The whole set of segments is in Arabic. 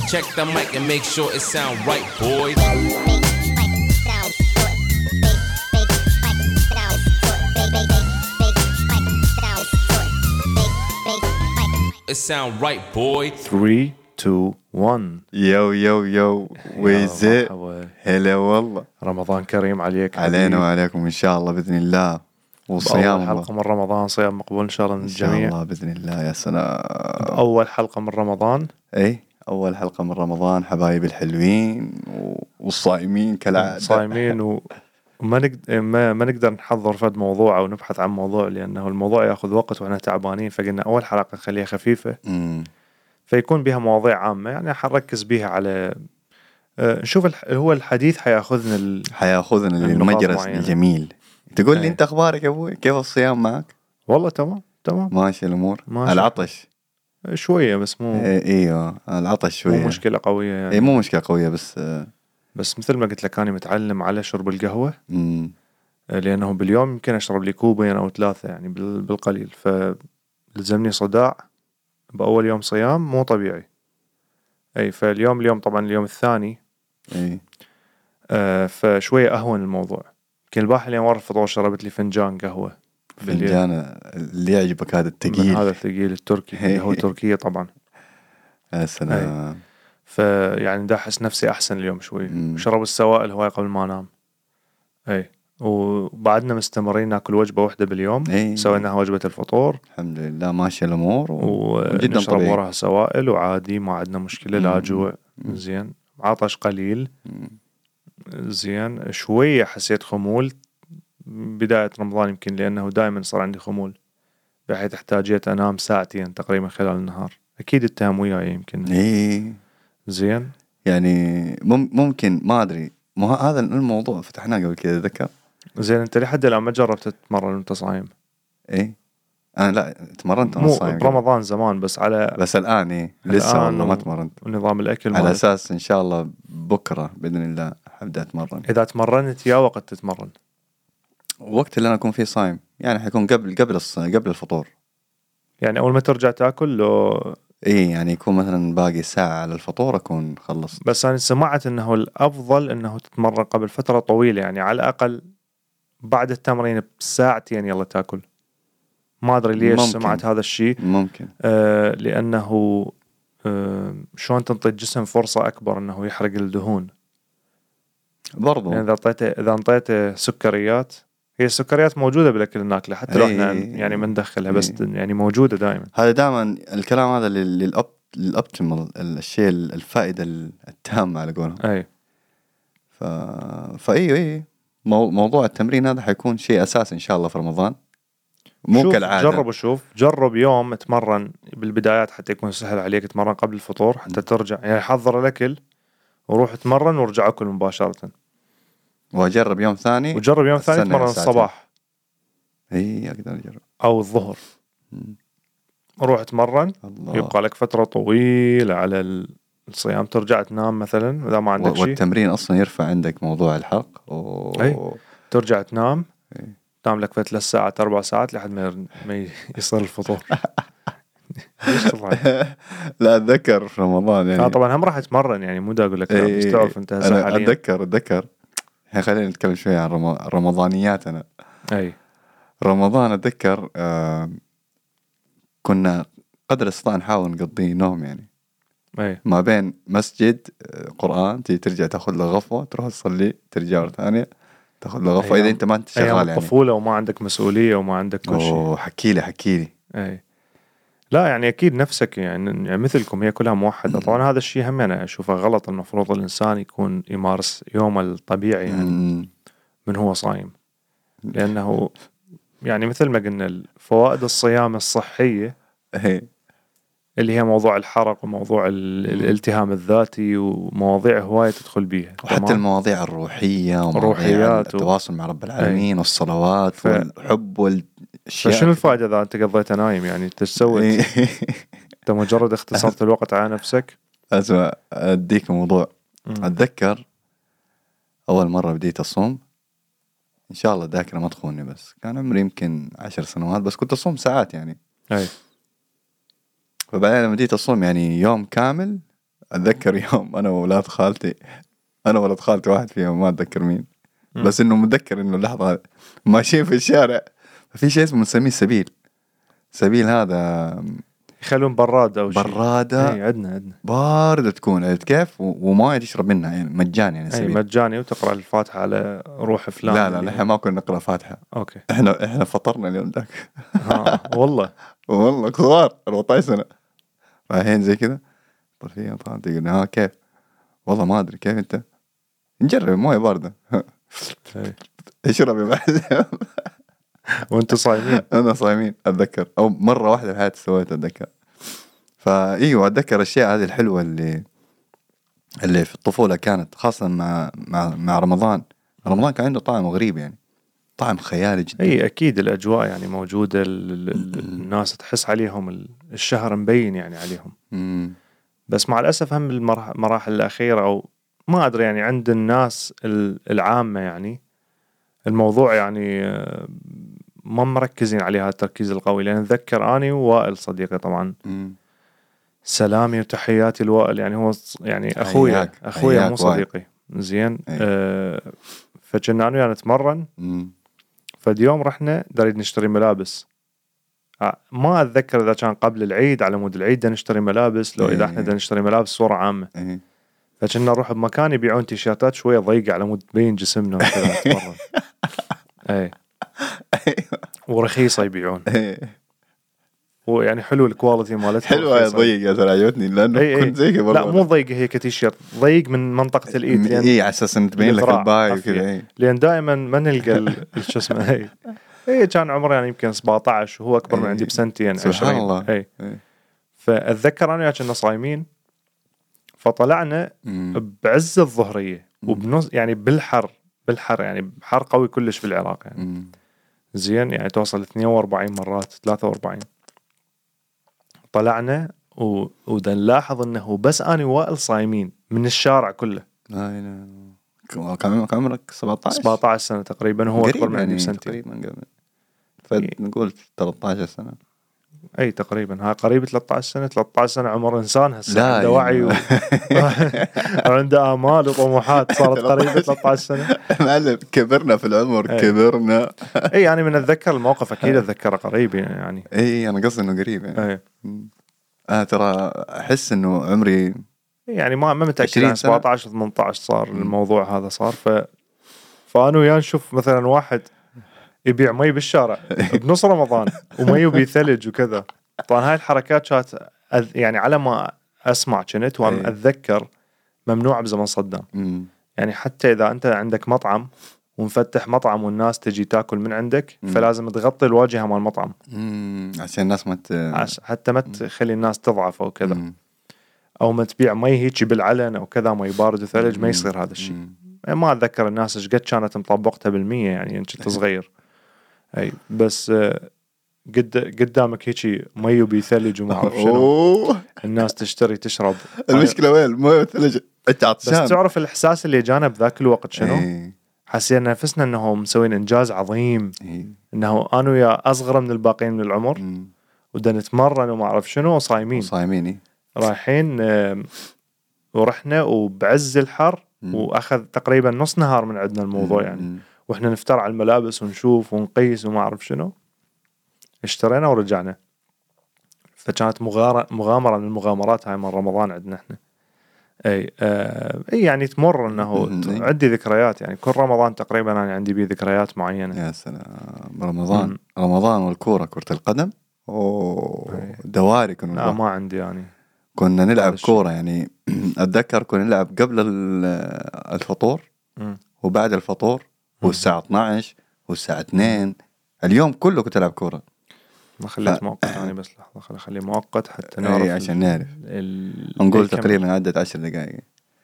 Check the mic and make sure it sound right, boys. It sound right, boy. 3 2 1. يو ويزي هلا والله. رمضان كريم عليك علينا حبيب. وعليكم إن شاء الله بإذن الله. والصيام أول حلقة من رمضان صيام مقبول إن شاء الله من الجميع. إن شاء الله بإذن الله. يا سلام. أول حلقة من رمضان. إيه أول حلقة من رمضان حبايب الحلوين والصائمين كالعادة. صايمين ما نقدر نحضر فد موضوع أو نبحث عن موضوع لأنه الموضوع يأخذ وقت وإحنا تعبانين، فقلنا أول حلقة نخليها خفيفة فيكون بها مواضيع عامة، يعني حنركز بيها على نشوف هو الحديث حياخذنا للمجلس الجميل. تقول لي أنت أخبارك يا أبوي، كيف الصيام معك؟ والله تمام ماشي الأمور. ماشي. العطش شوية بس مو ايوه العطش شوية مو مشكلة قوية يعني. مو مشكلة قوية بس مثل ما قلت لك أنا متعلم على شرب القهوة لأنه باليوم يمكن أشرب لي كوبين أو 3 يعني بالقليل، فلزمني صداع بأول يوم صيام مو طبيعي. فاليوم طبعا اليوم الثاني فشوية أهون الموضوع. يمكن البارحة اليوم ورا الفطور شربت لي فنجان قهوة. فنجان اللي يعجبك هذا الثقيل. هذا الثقيل التركي قهوة تركية طبعا. يا سلام. فيعني دا أحس نفسي أحسن اليوم شوي. شرب السوائل هواي قبل ما أنام. وبعدنا مستمرين ناكل وجبة واحدة باليوم. سويناها وجبة الفطور الحمد لله ماشي الأمور وجدا نشرب وراها سوائل وعادي ما عندنا مشكلة. لا جوع زين، عطش قليل زين، شوية حسيت خمول بداية رمضان يمكن لأنه دائما صار عندي خمول بحيث احتاجيت أنام ساعتين تقريبا خلال النهار. أكيد اتهم وياي يمكن. زين يعني ممكن ما أدري هذا الموضوع فتحناه قبل كذا ذكر. زين أنت لحد الآن ما جربت تتمرن وأنت صايم؟ أنا لا تمرنت وأنا صايم برمضان زمان بس الآن لسه والله ما تمرنت. ونظام الأكل على أساس إن شاء الله بكرة بإذن الله حبدأ أتمرن. إذا تمرنت يا وقت تتمرن؟ وقت اللي أنا أكون فيه صايم يعني حيكون قبل الفطور. يعني أول ما ترجع تأكل لو يعني يكون مثلا باقي ساعة على الفطور أكون خلصت. بس أنا سمعت أنه الأفضل أنه تتمرن قبل فترة طويلة، يعني على الأقل بعد التمرين بساعتين يلا تأكل. ما أدري ليش سمعت هذا الشيء. ممكن لأنه شلون تنطي الجسم فرصة أكبر أنه يحرق الدهون برضو. يعني إذا انطيته سكريات، هي السكريات موجودة بالأكل ناكله حتى لو إحنا يعني ما ندخلها بس يعني موجودة دائما. هذا دائما الكلام هذا للأوبتيمال الشيء الفائدة التامة على قولهم. فأيوه موضوع التمرين هذا حيكون شيء أساسي إن شاء الله في رمضان. مو كالعادة. جرب يوم تمرن بالبدايات حتى يكون سهل عليك تمرن قبل الفطور حتى ترجع يعني حضر الأكل وروح تمرن ورجع أكل مباشرة. وأجرب يوم ثاني تمرن الصباح. أقدر أجرب أو الظهر روح تمرن. يبقى لك فترة طويلة على الصيام ترجع تنام مثلا إذا ما عندك شيء. والتمرين أصلا يرفع عندك موضوع الحرق. ترجع تنام تنام لك 3 ساعات 4 ساعات لحد ما يصير الفطور. لا أتذكر في رمضان يعني. طبعا هم راح اتمرن يعني مو دا أقول لك بس تعرف أنت هسه حاليا. أتذكر خلينا نتكلم شوية عن رمضانياتنا. رمضان أتذكر كنا قدر الاستطاعة نحاول نقضي نوم يعني. ما بين مسجد قرآن ترجع تأخذ له غفوة تروح تصلي ترجع مرة ثانية تأخذ له غفوة. إذا أنت ما أنت شغال يعني طفولة وما عندك مسؤولية وما عندك كل شيء. حكي لي. لا يعني أكيد نفسك يعني مثلكم هي كلها موحدة. طبعا هذا الشيء هم أنا أشوفه غلط. المفروض الإنسان يكون يمارس يومه الطبيعي يعني من هو صايم، لأنه يعني مثل ما قلنا فوائد الصيام الصحية اللي هي موضوع الحرق وموضوع الالتهام الذاتي ومواضيع هواية تدخل بيها. وحتى المواضيع الروحية الروحيات التواصل مع رب العالمين والصلوات والحب والأشياء. فشنو الفائدة إذا أنت قضيتها نايم يعني تسوي أنت مجرد اختصرت الوقت على نفسك. أسمع أديك موضوع. أتذكر أول مرة بديت أصوم إن شاء الله ذاكرة ما تخوني بس كان عمري يمكن 10 سنوات بس كنت أصوم ساعات يعني. فبعدين لما بديت أصوم يعني يوم كامل اتذكر يوم انا وولاد خالتي واحد فيهم ما اتذكر مين، بس انه متذكر انه اللحظه ماشيين في الشارع في شيء اسمه نسميه سبيل هذا يخلون برادة أو شيء. برادة. اي عندنا باردة تكون، عرفت كيف؟ وما تشرب منها يعني مجاني يعني سبيل. اي مجاني، وتقرأ الفاتحة على روح فلان. لا نحن ما كنا نقرأ فاتحة. اوكي. احنا فطرنا اليوم ذاك. والله كبار 14 سنة رايحين زي كذا. طيب فيها طبعا تقول كيف؟ والله ما ادري كيف انت. نجرب مويه باردة. اشرب يا معلم. وانتوا صايمين؟ انا صايمين اتذكر، او مرة واحدة في حياتي سويت اتذكر. فايوه اتذكر الاشياء هذه الحلوة اللي في الطفولة كانت، خاصة مع رمضان كان عنده طعم غريب يعني، طعم خيالي جدا. اي اكيد الاجواء يعني موجودة، الناس تحس عليهم الشهر مبين يعني عليهم. بس مع الاسف هم المراحل الاخيرة او ما ادري يعني عند الناس العامة يعني الموضوع يعني ما مركزين عليها التركيز القوي. لان اتذكر اني ووائل صديقي طبعا سلامي وتحياتي لوائل، يعني هو يعني اخويا مو صديقي زين. فكنا انا يعني نتمرن. فاليوم رحنا نريد نشتري ملابس، ما اتذكر اذا كان قبل العيد على مود العيد نشتري ملابس، لو اذا احنا نشتري ملابس صورة عامة. فكنا نروح بمكان يبيعون تيشيرتات شوية ضيقة على مود تبين جسمنا وكذا نتمرن. اي ورخيصة يبيعون. ويعني حلو الكواليتي مالتها، حلوة ضيقة ترى عجبتني لأنه كنت زي كذا. لا مو ضيقة، هي كتيشيرت ضيق من منطقة الإيد. على أساس إن تبين لك الباي وكذا. لأن دائما ما نلقى شو اسمه. هي كان عمره يعني يمكن 17 وهو أكبر من عندي بسنتين 20. سبحان الله. فأتذكر أنا كنا صايمين، فطلعنا بعز الظهرية وبنص يعني بالحر يعني بحر قوي كلش في العراق يعني. زين يعني توصل 42 مرات 43. طلعنا ودن نلاحظ انه بس اني وائل صايمين من الشارع كله. كان عمرك 17 سنة تقريبا، وهو اكبر من عندي بسنتين تقريبا قبل. فنقول 13 سنة. اي تقريبا ها قريب 13 سنة عمر انسان هسه عنده وعي وعنده امال وطموحات. صارت قريبة 13 سنة. معلم كبرنا في العمر. كبرنا. اي يعني من اتذكر الموقف اكيد اتذكره قريب يعني. اي انا قصدي انه قريب يعني. ترى احس انه عمري يعني ما متأكد عن 17 18 صار الموضوع هذا صار. فأنا وياه نشوف مثلا واحد يبيع مي بالشارع بنص رمضان ومي بثلج وكذا. طبعا هاي الحركات كانت يعني على ما أسمع كنت وأتذكر ممنوع بزمن صدام. يعني حتى إذا أنت عندك مطعم ومفتح مطعم والناس تجي تاكل من عندك فلازم تغطي الواجهة مال المطعم عشان الناس حتى ما تخلي الناس تضعف أو كذا. أو ما تبيع مي هيك بالعلن أو كذا مي بارد وثلج، ما يصير هذا الشيء. ما أتذكر الناس إيش قد كانت مطبقتها بالمية يعني كنت صغير. أي بس قدامك هيك مي وبيثلج وما أعرف شنو الناس تشتري تشرب. المشكلة وين مي وثلج بس تعرف الإحساس اللي جانا بذاك الوقت شنو؟ حسينا نفسنا إنه مسوين إنجاز عظيم. إنه أنا ويا أصغر من الباقين من العمر ودا نتمرن وما أعرف شنو وصايمين رايحين ورحنا وبعز الحر وأخذ تقريبا نص نهار من عندنا الموضوع يعني. وإحنا نفتر على الملابس ونشوف ونقيس وما أعرف شنو. اشترينا ورجعنا. فكانت مغامرة من المغامرات هاي من رمضان عندنا إحنا. أي يعني تمر إنه عندي ذكريات يعني كل رمضان تقريبا أنا عندي بيه ذكريات معينة. يا سلام رمضان والكورة كرة القدم دواري لا ما عندي يعني. كنا نلعب كورة يعني. أتذكر كنا نلعب قبل الفطور وبعد الفطور والساعة 12 والساعة 2. اليوم كله كنت ألعب كورة. ما خليت مؤقت يعني بس لحظة خليه مؤقت حتى نعرف عشان نعرف نقول تقريبا عدت 10 دقائق.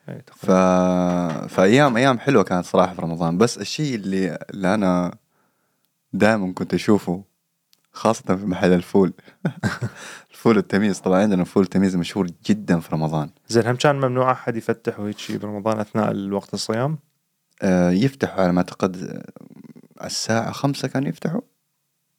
فأيام حلوة كانت صراحة في رمضان. بس الشيء اللي أنا دائما كنت أشوفه خاصة في محل الفول الفول التميز. طبعا عندنا فول التميز مشهور جدا في رمضان. زين هم كان ممنوع أحد يفتح وهيك شيء برمضان أثناء الوقت الصيام؟ يفتحوا على ما أعتقد الساعة 5 كانوا يفتحوا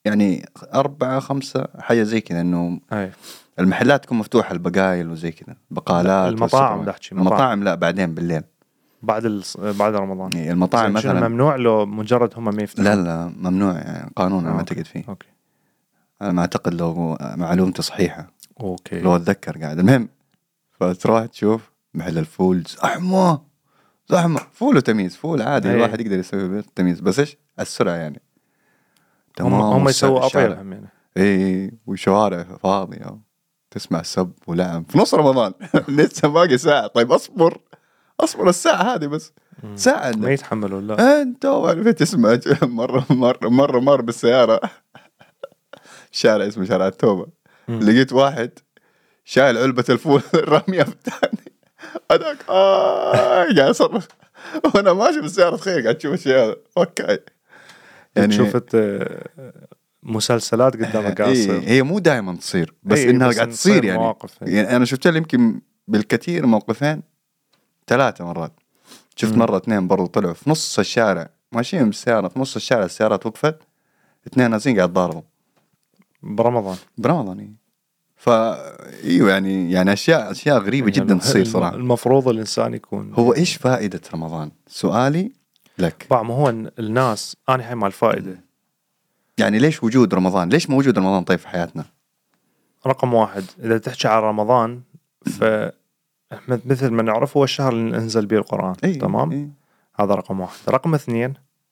يعني 4-5 حاجة زي كذا، إنه أي. المحلات تكون مفتوحة، البقايل وزي كذا، بقالات. المطاعم دحكي المطاعم لا، بعدين بالليل بعد رمضان. يعني المطاعم مثلا ممنوع له مجرد هم ما يفتحوا؟ لا ممنوع، يعني قانون ما أعتقد فيه. أوكي. أنا ما أعتقد لو معلومتي صحيحة. أوكي. لو أتذكر قاعد المهم، فتروح تشوف محل الفول زحمة فول وتمييز، فول عادي الواحد يقدر يسوي بالتمييز، بس إيش السرعة يعني. هم يسووا أطيب هم يعني. إيه، وشوارع فاضية، تسمع سب ولعب في نص رمضان. لسه باقي ساعة. طيب أصبر الساعة هذه بس، ساعة ما يتحملوا. لا أنت عرفت تسمع. مرة بالسيارة، شارع اسمه شارع التوبة، لقيت واحد شايل علبة الفول راميها في الثاني، هذاك قاعد أصرخ وأنا ماشي بالسيارة. تخيل قاعد تشوف الشيء هذا. أوكي يعني شفت مسلسلات قدامك قاعد تصير. هي مو دائما تصير، بس إنها قاعد تصير يعني. مواقف. يعني أنا شفت لي يمكن بالكثير موقفين 3 مرات. شفت مرة 2 برضو طلعوا في نص الشارع ماشيين بالسيارة، في نص الشارع السيارات وقفت، 2 نازلين قاعد ضاربوا برمضان. ايوه يعني اشياء غريبه يعني جدا تصير صراحه. المفروض الانسان يكون هو ايش فائده رمضان؟ سؤالي لك. ما هو الناس انا هاي مع الفائده. يعني ليش وجود رمضان؟ ليش موجود رمضان طيب في حياتنا؟ رقم 1 اذا تحكي عن رمضان، ف مثل ما نعرف هو الشهر اللي انزل به القرآن. تمام. هذا رقم 1. رقم 2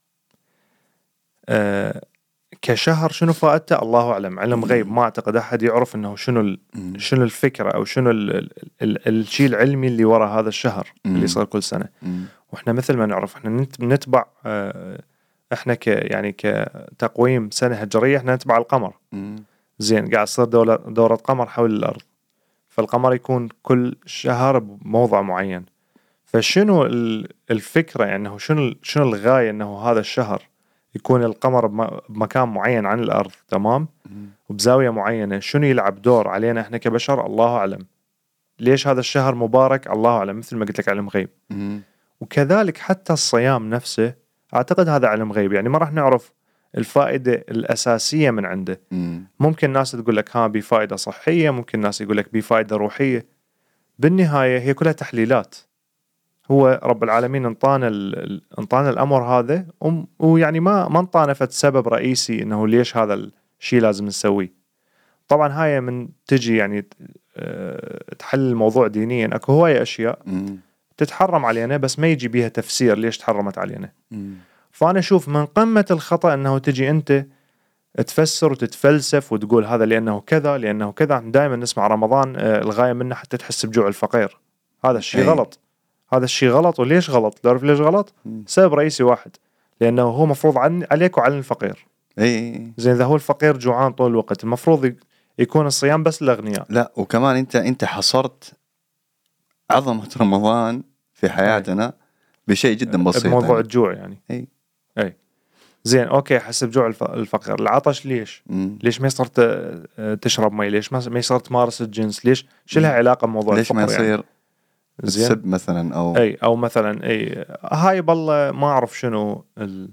كشهر شنو فائدته الله أعلم، علم غيب، ما أعتقد أحد يعرف إنه شنو الفكرة أو شنو الشيء العلمي اللي وراء هذا الشهر اللي يصير كل سنة. وإحنا مثل ما نعرف إحنا نتبع إحنا يعني كتقويم سنة هجرية إحنا نتبع القمر. زين قاعد يصير دورة قمر حول الأرض، فالقمر يكون كل شهر بموضع معين. فشنو الفكرة يعني إنه شنو الغاية إنه هذا الشهر يكون القمر بمكان معين عن الأرض، تمام، وبزاوية معينة، شنو يلعب دور علينا إحنا كبشر الله أعلم. ليش هذا الشهر مبارك الله أعلم، مثل ما قلت لك علم غيب. وكذلك حتى الصيام نفسه أعتقد هذا علم غيب، يعني ما راح نعرف الفائدة الأساسية من عنده. ممكن الناس تقول لك ها بفائدة صحية، ممكن الناس يقول لك بفائدة روحية. بالنهاية هي كلها تحليلات. هو رب العالمين انطانا الأمر هذا، ويعني ما انطانا فد سبب رئيسي إنه ليش هذا الشيء لازم نسويه. طبعا هاي من تجي يعني تحل الموضوع دينيا، أكو هواية أشياء تتحرم علينا بس ما يجي بيها تفسير ليش تحرمت علينا. فأنا أشوف من قمة الخطأ أنه تجي أنت تفسر وتتفلسف وتقول هذا لأنه كذا. دائما نسمع رمضان الغاية منه حتى تحس بجوع الفقير. هذا الشيء غلط. هذا الشيء غلط. وليش غلط؟ تعرف ليش غلط؟ سبب رئيسي واحد، لأنه هو مفروض عليك وعلى الفقير. زين إذا هو الفقير جوعان طول الوقت، المفروض يكون الصيام بس للأغنياء. لا، وكمان أنت حصرت عظمة رمضان في حياتنا بشيء جدا بسيط، موضوع يعني الجوع يعني. أي زين أوكي، حسب جوع الفقير. العطش ليش ما يصير تشرب مي؟ ليش ما يصير تمارس الجنس؟ ليش شو لها علاقة بموضوع ليش الفقر؟ ما يصير السب مثلا أو مثلا هاي بالله ما أعرف شنو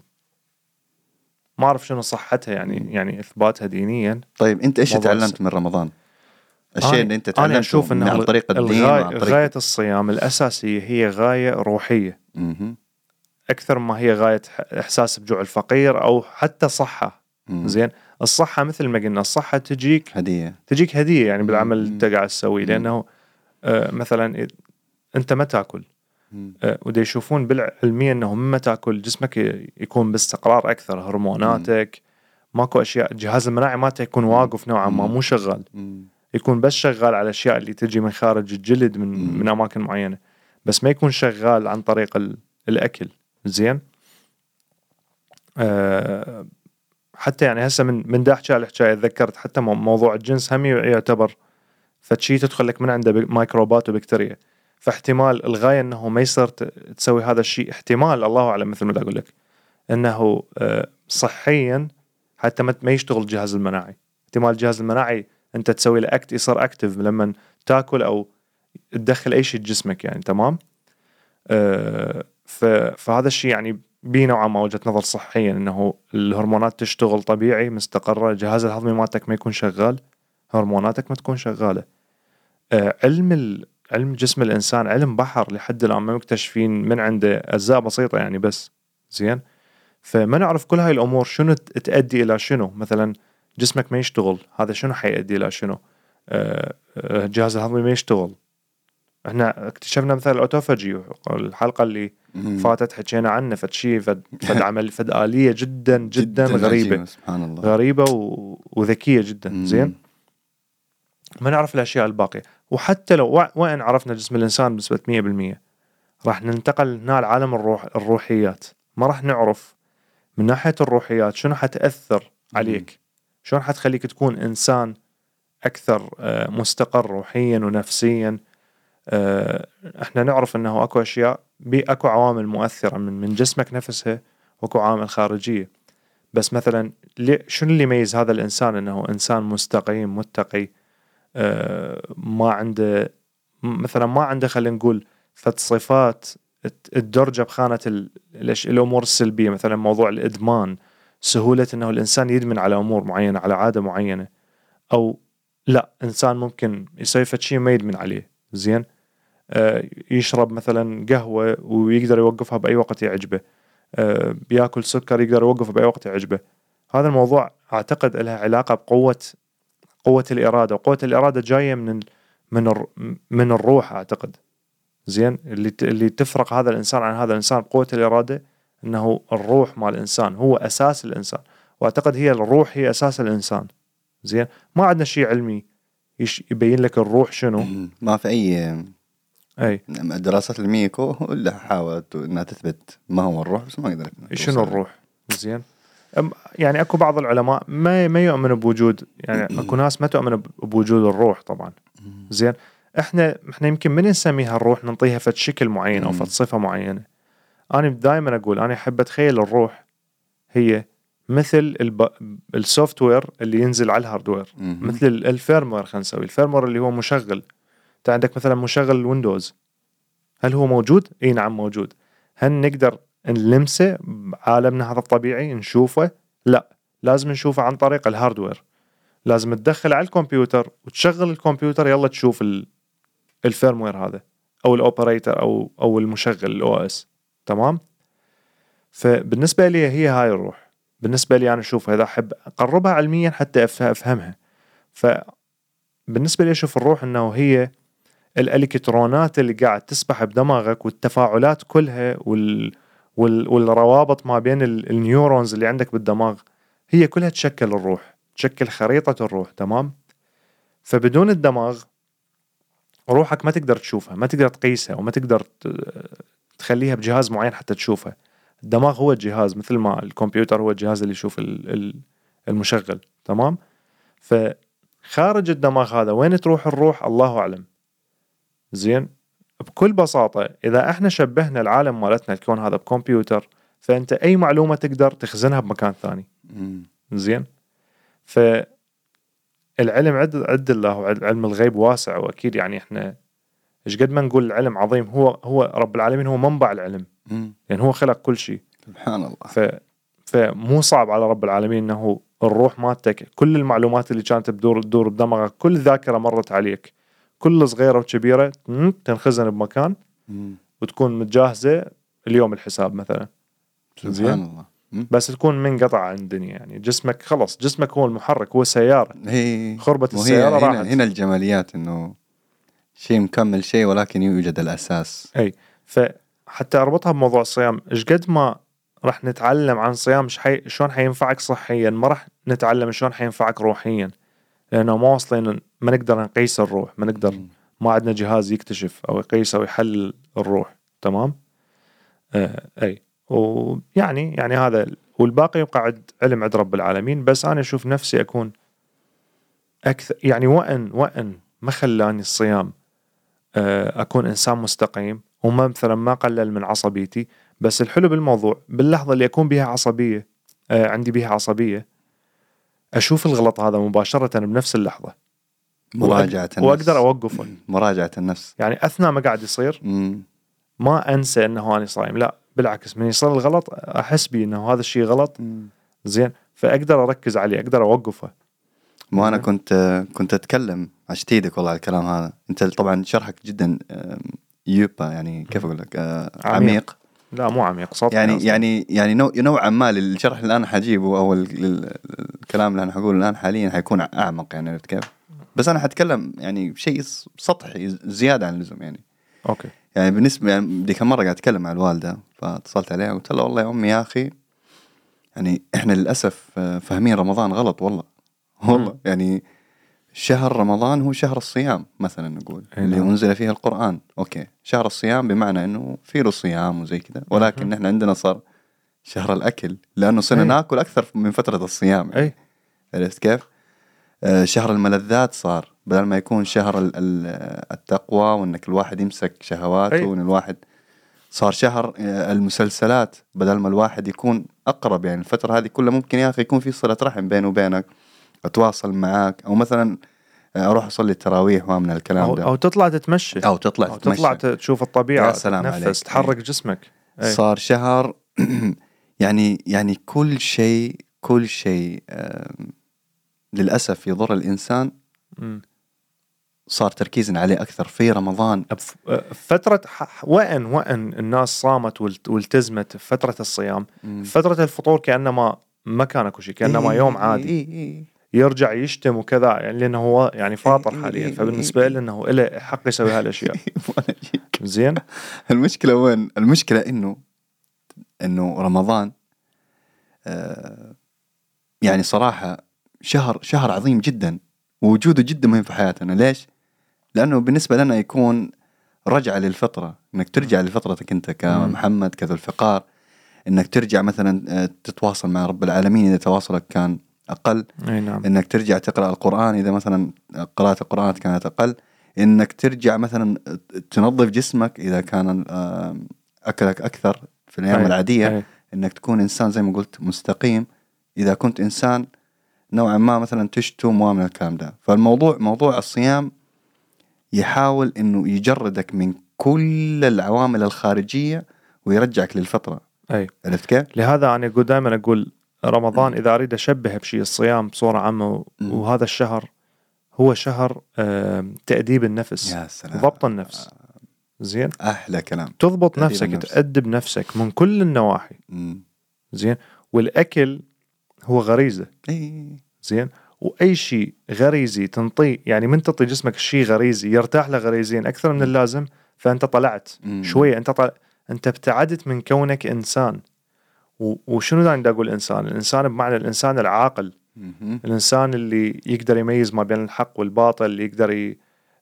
ما أعرف شنو صحتها يعني إثباتها دينيا. طيب أنت إيش تعلمت من رمضان؟ الشيء اللي أنت تعلمته أشوف إنه عن طريق الدين غاية الصيام الأساسية هي غاية روحية أكثر ما هي غاية إحساس بجوع الفقير أو حتى صحة. زين الصحة مثل ما قلنا الصحة تجيك هدية يعني بالعمل اللي أنت قاعد تسويه. لأنه مثلا أنت ما تأكل وده يشوفون بالعلمية أنه مما تأكل جسمك يكون باستقرار أكثر، هرموناتك ماكو أشياء، الجهاز المناعي ما يكون واقف نوعا ما مو شغال، يكون بس شغال على الأشياء اللي تجي من خارج الجلد من أماكن معينة، بس ما يكون شغال عن طريق الأكل. زين حتى يعني هسه من داحكي على الحكاية ذكرت حتى موضوع الجنس هم يعتبر فشي تدخل لك من عنده ميكروبات وبكتيريا، فاحتمال الغاية أنه ما يصير تسوي هذا الشيء، احتمال الله أعلم مثل ما أقول لك أنه صحيا حتى ما يشتغل الجهاز المناعي. احتمال الجهاز المناعي أنت تسوي له يصير أكتف لما تأكل أو تدخل أي شيء جسمك يعني. تمام. فهذا الشيء يعني بنوعا ما وجهة نظر صحيا انه الهرمونات تشتغل طبيعي مستقرة، الجهاز الهضمي مالتك ما يكون شغال، هرموناتك ما تكون شغالة. علم جسم الإنسان علم بحر لحد الآن ما مكتشفين من عنده أجزاء بسيطة يعني بس. زين، فما نعرف كل هاي الأمور شنو تؤدي إلى شنو. مثلا جسمك ما يشتغل، هذا شنو حيؤدي إلى شنو؟ الجهاز الهضمي ما يشتغل. احنا اكتشفنا مثلا الأوتوفاجي، الحلقة اللي فاتت حكينا عنه، فد شيء فد عمل فد آلية جدا جدا غريبة، سبحان الله، غريبة وذكية جدا. زين، ما نعرف الأشياء الباقية. وحتى لو وين عرفنا جسم الإنسان بنسبة 100%، راح ننتقل هنا لعالم الروحيات. ما راح نعرف من ناحية الروحيات شنو حتأثر عليك، شلون حتخليك تكون إنسان أكثر مستقر روحيا ونفسيا. احنا نعرف انه اكو اشياء اكو عوامل مؤثرة من جسمك نفسها، واكو عوامل خارجية. بس مثلا شنو اللي يميز هذا الانسان انه انسان مستقيم متقي، ما عنده مثلا ما عنده خلينا نقول فت صفات الدرجة بخانة الامور السلبية، مثلا موضوع الادمان، سهولة انه الانسان يدمن على امور معينة، على عادة معينة، او لا انسان ممكن يسوي فد شيء ما يدمن عليه. زين، يشرب مثلا قهوة ويقدر يوقفها بأي وقت يعجبه، بياكل سكر يقدر يوقفه بأي وقت يعجبه. هذا الموضوع أعتقد لها علاقة بقوة الإرادة، وقوة الإرادة جاية من الروح أعتقد. زين، اللي تفرق هذا الإنسان عن هذا الإنسان بقوة الإرادة إنه الروح مال الإنسان هو أساس الإنسان، وأعتقد هي الروح هي أساس الإنسان. زين، ما عندنا شيء علمي يبين لك الروح شنو، ما في أي الدراسات العلمية اللي حاولت انها تثبت ما هو الروح، بس ما قدرت شنو الروح. زين، يعني اكو بعض العلماء ما يؤمنوا بوجود، يعني اكو ناس ما تؤمن بوجود الروح طبعا. زين، احنا يمكن من نسميها الروح ننطيها فد شكل معين او فد صفة معينة. انا دائما اقول انا احب اتخيل الروح هي مثل السوفت وير اللي ينزل على الهاردوير، مثل الفيرموير. خلينا نسوي الفيرموير اللي هو مشغل. انت عندك مثلا مشغل الويندوز، هل هو موجود؟ اي نعم موجود. هل نقدر نلمسه بعالمنا هذا الطبيعي نشوفه؟ لا، لازم نشوفه عن طريق الهاردوير. لازم تدخل على الكمبيوتر وتشغل الكمبيوتر، يلا تشوف الفيرموير هذا او الاوبريتر او المشغل الاو اس. تمام. فبالنسبه لي هي هاي الروح. بالنسبه لي انا اشوفها، اذا احب اقربها علميا حتى افهمها، فبالنسبه لي اشوف الروح انه هي الالكترونات اللي قاعد تسبح بدماغك، والتفاعلات كلها والروابط ما بين النيورونز اللي عندك بالدماغ، هي كلها تشكل الروح، تشكل خريطة الروح. تمام. فبدون الدماغ روحك ما تقدر تشوفها، ما تقدر تقيسها، وما تقدر تخليها بجهاز معين حتى تشوفها. الدماغ هو الجهاز، مثل ما الكمبيوتر هو الجهاز اللي يشوف المشغل. تمام. فخارج الدماغ هذا وين تروح الروح الله أعلم. زين، بكل بساطة إذا إحنا شبهنا العالم مالتنا الكون هذا بكمبيوتر، فأنت أي معلومة تقدر تخزنها بمكان ثاني. زين، فالعلم عد الله، علم الغيب واسع، وأكيد يعني إحنا إيش قد ما نقول العلم عظيم، هو رب العالمين هو منبع العلم، يعني هو خلق كل شيء. سبحان الله. فمو صعب على رب العالمين إنه الروح مالتك كل المعلومات اللي كانت تدور بدماغك، كل ذاكرة مرت عليك، كل صغيرة وكبيرة تنخزن بمكان وتكون متجاهزة اليوم الحساب مثلا. سبحان الله. بس تكون منقطعة عن الدنيا، يعني جسمك خلص، جسمك هو المحرك، هو سيارة، خربة السيارة راحت. هنا الجماليات انه شيء مكمل شيء، ولكن يوجد الأساس. اي، فحتى اربطها بموضوع الصيام، ايش قد ما راح نتعلم عن الصيام شلون حينفعك صحيا، ما راح نتعلم شلون حينفعك روحيا، لأنه ما واصلين، ما نقدر نقيس الروح، ما نقدر، ما عندنا جهاز يكتشف أو يقيس أو يحلل الروح. تمام. أي، ويعني هذا، والباقي يبقى علم عند رب العالمين. بس أنا أشوف نفسي أكون أكثر، يعني وأن ما خلاني الصيام أكون إنسان مستقيم، وما مثلا ما قلل من عصبيتي. بس الحلو بالموضوع باللحظة اللي أكون بها عصبية، عندي بها عصبية، أشوف الغلط هذا مباشرة بنفس اللحظة، مراجعة النفس، وأقدر أوقفه. مراجعة النفس، يعني أثناء ما قاعد يصير ما أنسى أنه أنا صايم، لا، بالعكس من يصير الغلط احس بي انه هذا الشيء غلط، زين، فاقدر اركز عليه، اقدر اوقفه. مو انا كنت اتكلم عشان تيدك والله على الكلام هذا. انت طبعا شرحك جدا يوبا، يعني كيف اقول لك، عميق. لا مو عميق، سطحي يعني نوعا ما للشرح اللي انا حجيبه او الكلام اللي انا حقوله الان حاليا حيكون اعمق، يعني عرفت كيف؟ بس انا حتكلم يعني شيء سطحي زياده عن اللزوم يعني. اوكي. يعني بالنسبه يعني ديك المره قاعد اتكلم مع الوالده، فاتصلت عليها وقلت لها والله يا امي يا اخي، يعني احنا للاسف فاهمين رمضان غلط والله. يعني شهر رمضان هو شهر الصيام مثلا نقول، اللي أنزل فيه القرآن. أوكي، شهر الصيام بمعنى إنه فيه صيام وزي كذا، ولكن نحن عندنا صار شهر الأكل، لأنه صرنا ناكل أكثر من فترة الصيام يعني. عرفت كيف؟ شهر الملذات صار، بدل ما يكون شهر التقوى وإنك الواحد يمسك شهواته، وإن الواحد صار شهر المسلسلات، بدل ما الواحد يكون أقرب. يعني الفترة هذه كلها ممكن يا أخي يكون في صلة رحم بينه وبينك، أتواصل معاك، أو مثلا أروح أصلي التراويح ومن الكلام ده، أو تطلع تتمشى، أو تطلع تشوف الطبيعة، يا سلام تنفس عليك. تحرك جسمك. صار شهر يعني كل شيء للأسف يضر الإنسان صار تركيزنا عليه أكثر في رمضان. فترة وأن الناس صامت والتزمت في فترة الصيام، فترة الفطور كأنما ما كان اكو شيء، كأنما يوم عادي. يرجع يشتم وكذا، يعني لأنه هو يعني فاطر حاليا، فبالنسبة له إنه إله حق يسوي هالأشياء. زين. المشكلة وين؟ المشكلة إنه رمضان يعني صراحة شهر عظيم جدا، ووجوده جدا مهم في حياتنا. ليش؟ لأنه بالنسبة لنا يكون رجعة للفطرة، إنك ترجع لفطرتك أنت كمحمد كذو الفقار، إنك ترجع مثلا تتواصل مع رب العالمين إذا تواصلك كان أقل. نعم. إنك ترجع تقرأ القرآن إذا مثلا قراءة القرآن كانت أقل. إنك ترجع مثلا تنظف جسمك إذا كان أكلك أكثر في الأيام العادية. إنك تكون إنسان زي ما قلت مستقيم إذا كنت إنسان نوعا ما مثلا تشتم ومن الكلام ده. موضوع الصيام يحاول إنه يجردك من كل العوامل الخارجية ويرجعك للفطرة. عرفت كيف؟ لهذا أنا دائما أقول رمضان إذا أريد أشبه بشيء الصيام بصورة عامة، وهذا الشهر هو شهر تأديب النفس، ضبط النفس. زين، أحلى كلام. تضبط نفسك، تأدب نفسك من كل النواحي. زين. والأكل هو غريزة. زين. وأي شيء غريزي تنطي، يعني من تعطي جسمك شيء غريزي يرتاح له غريزين أكثر من اللازم، فأنت طلعت شوية، أنت ابتعدت من كونك إنسان. وشنو دا أقول الإنسان بمعنى الإنسان العاقل، الإنسان اللي يقدر يميز ما بين الحق والباطل، اللي يقدر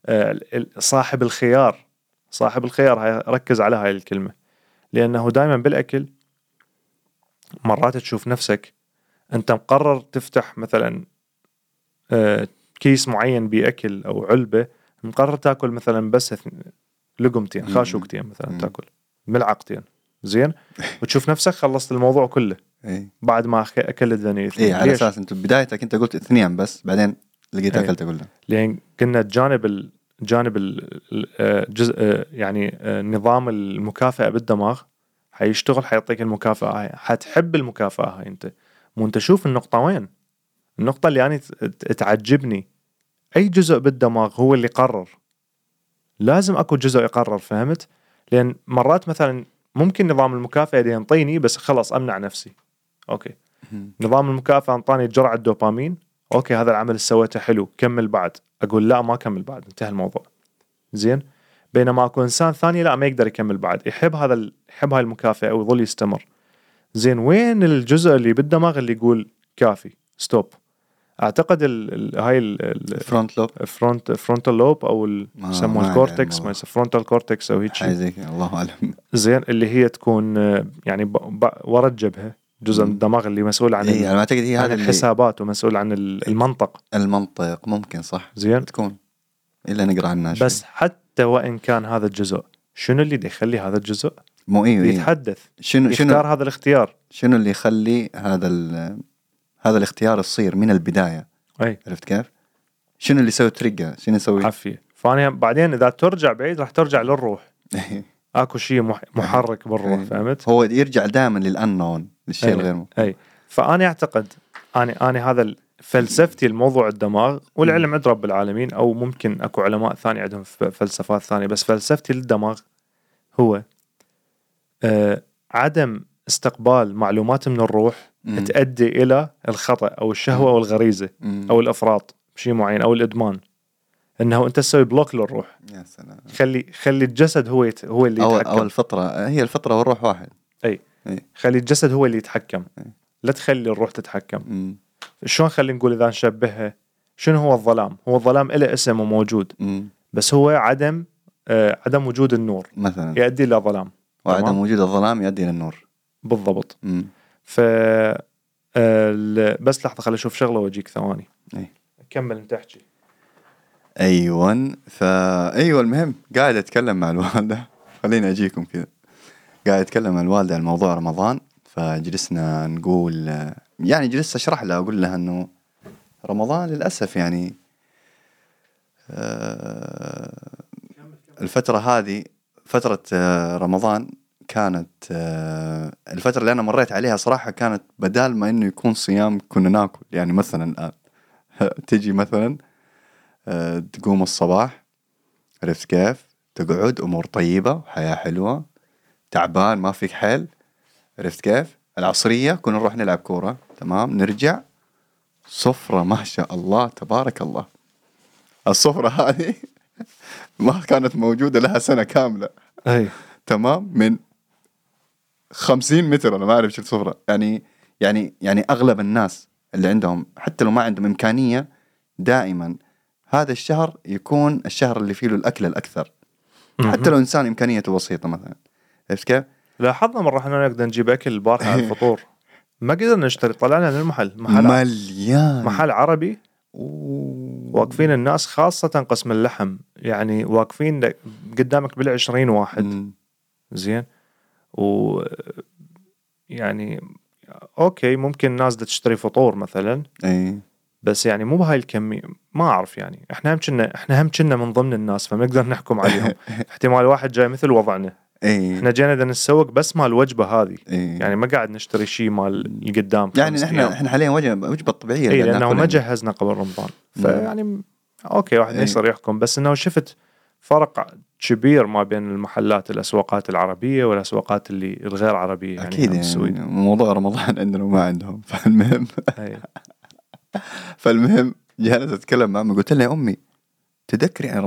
صاحب الخيار. هاي ركز على هاي الكلمة، لأنه دائما بالأكل مرات تشوف نفسك أنت مقرر تفتح مثلا كيس معين بأكل أو علبة، مقرر تأكل مثلا بس لقمتين خاشوقتين مثلا، تأكل ملعقتين. زين. وتشوف نفسك خلصت الموضوع كله بعد ما أكلت ذني. على أساس أنت بدايتك أنت قلت 2 بس، بعدين لقيت أكلت كله. لأن كنا جانب الجزء يعني نظام المكافأة بالدماغ حيشتغل، حيعطيك المكافأة هاي، حتحب المكافأة هاي. أنت شوف النقطة وين، النقطة اللي يعني تعجبني، أي جزء بالدماغ هو اللي قرر. لازم أكو جزء يقرر، فهمت؟ لأن مرات مثلا ممكن نظام المكافأة اللي ينطيني بس خلص أمنع نفسي. أوكي. نظام المكافأة انطاني جرعة دوبامين، أوكي هذا العمل اللي سويته حلو، كمل بعد. أقول لا ما كمل بعد، انتهى الموضوع. زين. بينما أكو إنسان ثاني لا، ما يقدر يكمل بعد، يحب هاي المكافأة ويظل يستمر. زين. وين الجزء اللي بالدماغ اللي يقول كافي ستوب؟ أعتقد هاي الفرونتال لوب أو يسموه الكورتكس، ما يسموه فرونتال كورتكس أو هيك شيء، الله أعلم. زين. اللي هي تكون يعني ورا الجبهة، جزء من الدماغ اللي مسؤول عن أنا أعتقد هي هذا الحسابات ومسؤول عن المنطق ممكن صح. زين. تكون إلا نقرأ عنها بس شوي. حتى وإن كان هذا الجزء، شنو اللي يخلي هذا الجزء يتحدث؟ يختار هذا الاختيار. شنو اللي يخلي هذا الاختيار يصير من البداية؟ عرفت كيف؟ شنو اللي يسوي تريجر؟ شنو يسوي؟ عفية. فأنا بعدين إذا ترجع بعيد راح ترجع للروح. اكو شيء محرك بالروح، فهمت؟ هو يرجع دائما للأنون، للشيء الغير اي فأنا أعتقد أنا هذا فلسفتي الموضوع الدماغ، والعلم عند رب العالمين، أو ممكن أكو علماء ثاني عندهم فلسفات ثانية، بس فلسفتي للدماغ هو عدم استقبال معلومات من الروح تؤدي إلى الخطأ أو الشهوة أو الغريزة أو الإفراط بشيء معين أو الإدمان، إنه أنت تسوي بلوك للروح. يا سلام. خلي الجسد هو اللي يتحكم، أو الفطرة، هي الفطرة والروح واحد. أي خلي الجسد هو اللي يتحكم، لا تخلي الروح تتحكم. شلون خلي نقول إذا نشبهها، شنو هو الظلام؟ هو الظلام إله اسم وموجود، بس هو عدم وجود النور مثلا يؤدي إلى ظلام، وعدم وجود الظلام يؤدي إلى النور بالضبط. بس لحظة خلي أشوف شغلة وأجيك ثواني. كمل أنت احكي. أيوة المهم قاعد أتكلم مع الوالدة، خليني أجيكم كذا. قاعد أتكلم مع الوالدة عن موضوع رمضان، فجلسنا نقول يعني جلست أشرح لها، أقول لها أنه رمضان للأسف يعني الفترة هذه فترة رمضان كانت الفترة اللي أنا مريت عليها صراحة كانت بدال ما إنه يكون صيام كنا ناكل. يعني مثلا الآن تجي مثلا تقوم الصباح، عرفت كيف؟ تقعد أمور طيبة، حياة حلوة، تعبان ما فيك حيل، عرفت كيف؟ العصرية كنا نروح نلعب كورة، تمام، نرجع صفرة ما شاء الله تبارك الله. الصفرة هذه ما كانت موجودة لها سنة كاملة. تمام، من 50 متر أنا ما أعرف شو الصفرة. يعني أغلب الناس اللي عندهم حتى لو ما عندهم إمكانية دائما هذا الشهر يكون الشهر اللي فيه له الأكل الأكثر، حتى لو إنسان إمكانيته بسيطة مثلا. عرفت كيف؟ لاحظنا مرة إحنا نقدر نجيب أكل البارحة على الفطور، ما قدرنا نشتري، طلعنا للمحل مليان، محل عربي، واقفين الناس خاصة قسم اللحم، يعني واقفين قدامك بال20 واحد. زين، و يعني أوكي ممكن الناس دا تشتري فطور مثلا، بس يعني مو بهاي الكمية، ما أعرف. يعني إحنا هم كنا من ضمن الناس، فما نقدر نحكم عليهم. احتمال واحد جاي مثل وضعنا، إحنا جينا دا نسوق بس مال الوجبة هذه، يعني ما قاعد نشتري شيء مال القدام. يعني إحنا حاليا وجبة طبيعية، لأنه ما جهزنا قبل رمضان، فيعني أوكي واحد ما يصير يحكم. بس إنه شفت فرق كبير ما بين المحلات، الأسواقات العربية والأسواقات اللي الغير عربية. يعني أكيد يعني موضوع رمضان عندنا وما عندهم. فالمهم جالس أتكلم مع أمي، قلت لها يا أمي تذكري عن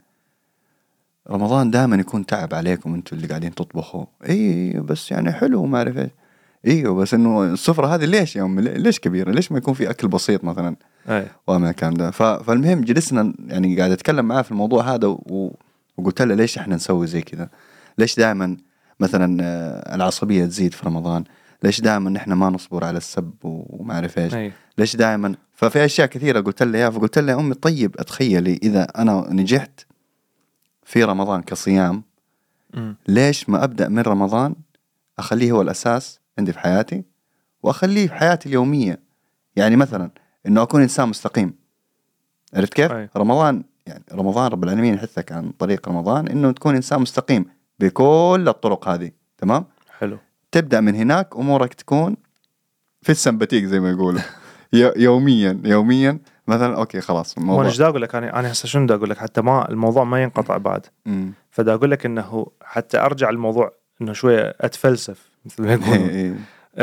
رمضان دائما يكون تعب عليكم أنتوا اللي قاعدين تطبخوا. بس يعني حلو ما أعرف بس إنه السفرة هذه ليش يا أمي، ليش كبيرة، ليش ما يكون في أكل بسيط مثلا وما كان ده. فالمهم جلسنا يعني قاعد أتكلم معاه في الموضوع هذا، وقلت له ليش إحنا نسوي زي كذا، ليش دائما مثلا العصبية تزيد في رمضان، ليش دائما نحن ما نصبر على السب وما أعرف إيش، ليش دائما. ففي أشياء كثيرة قلت له فقلت له أمي طيب أتخيلي إذا أنا نجحت في رمضان كصيام، ليش ما أبدأ من رمضان أخليه هو الأساس عندي في حياتي، وأخليه في حياتي اليومية. يعني مثلا إنه أكون إنسان مستقيم، عرفت كيف؟ رمضان يعني رمضان رب العالمين يحثك عن طريق رمضان إنه تكون إنسان مستقيم بكل الطرق هذه، تمام؟ حلو. تبدأ من هناك أمورك تكون في السمباتيك زي ما يقولوا. يوميا مثلا أوكي خلاص الموضوع. وانا أقول لك أنا هسه شنو دا أقول لك، حتى ما الموضوع ما ينقطع بعد. فدا أقول لك إنه حتى أرجع الموضوع إنه شوية أتفلسف مثل ما يقولون.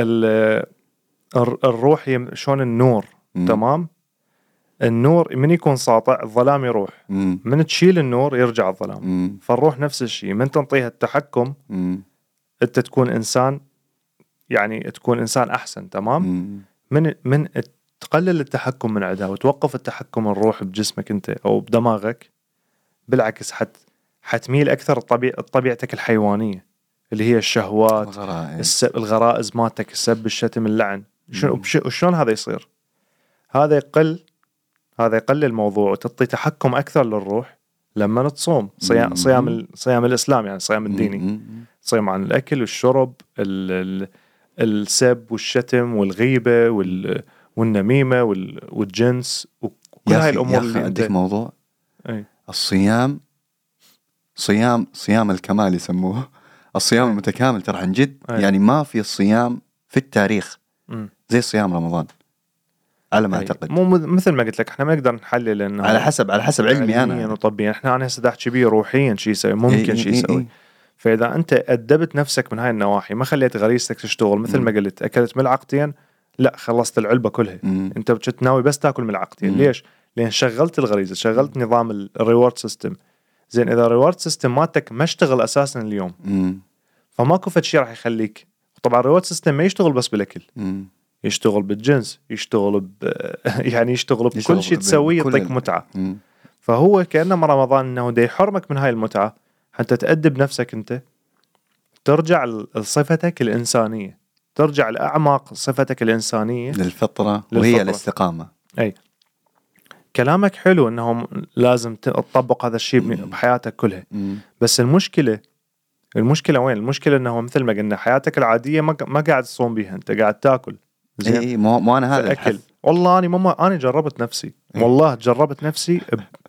الروح شلون النور، تمام؟ النور من يكون ساطع الظلام يروح، من تشيل النور يرجع الظلام. فالروح نفس الشيء، من تنطيها التحكم أنت تكون إنسان، يعني تكون إنسان أحسن، تمام؟ من تقلل التحكم من عندها وتوقف التحكم الروح بجسمك أنت أو بدماغك، بالعكس حتميل أكثر طبيعتك الحيوانية اللي هي الشهوات، الغرائز مالتك، السب، الشتم، اللعن. شلون هذا يصير؟ هذا يقل الموضوع وتعطي تحكم أكثر للروح لما تصوم. صيام الإسلام يعني صيام الديني، صيام عن الأكل والشرب، السب والشتم والغيبة والنميمة والجنس وكل هاي الأمور. يا أخي أديك موضوع الصيام صيام الكمال يسموه، الصيام المتكامل ترى عن جد. يعني ما في الصيام في التاريخ زي صيام رمضان على ما أعتقد. مو مثل ما قلت لك احنا ما نقدر نحلل انه على حسب علمي انا وطبيا. احنا هسه احكي بيه روحيا شيء يسوي ممكن شيء يسوي. فاذا انت ادبت نفسك من هاي النواحي، ما خليت غريزتك تشتغل مثل ما قلت، اكلت ملعقتين لا خلصت العلبه كلها. انت كنت ناوي بس تاكل ملعقتين. ليش؟ لان شغلت الغريزه، شغلت نظام الريورد سيستم. زين اذا الريورد سيستم مالتك ما اشتغل اساسا اليوم فماكو فد شيء راح يخليك. طبعا الريورد سيستم ما يشتغل بس بالاكل، يشتغل بالجنس، يشتغل يعني يشتغل بكل شيء تسويه يعطيك متعه. فهو كأنه رمضان انه دا يحرمك من هاي المتعه حتى تأدب نفسك، انت ترجع لصفتك الانسانيه، ترجع لاعماق صفتك الانسانيه للفطره وهي الاستقامه. اي كلامك حلو انه لازم تطبق هذا الشيء بحياتك كلها. بس المشكله وين؟ المشكله انه مثل ما قلنا حياتك العاديه ما قاعد تصوم بيها، انت قاعد تاكل. زين مو انا هذا الأكل. والله انا جربت نفسي، والله جربت نفسي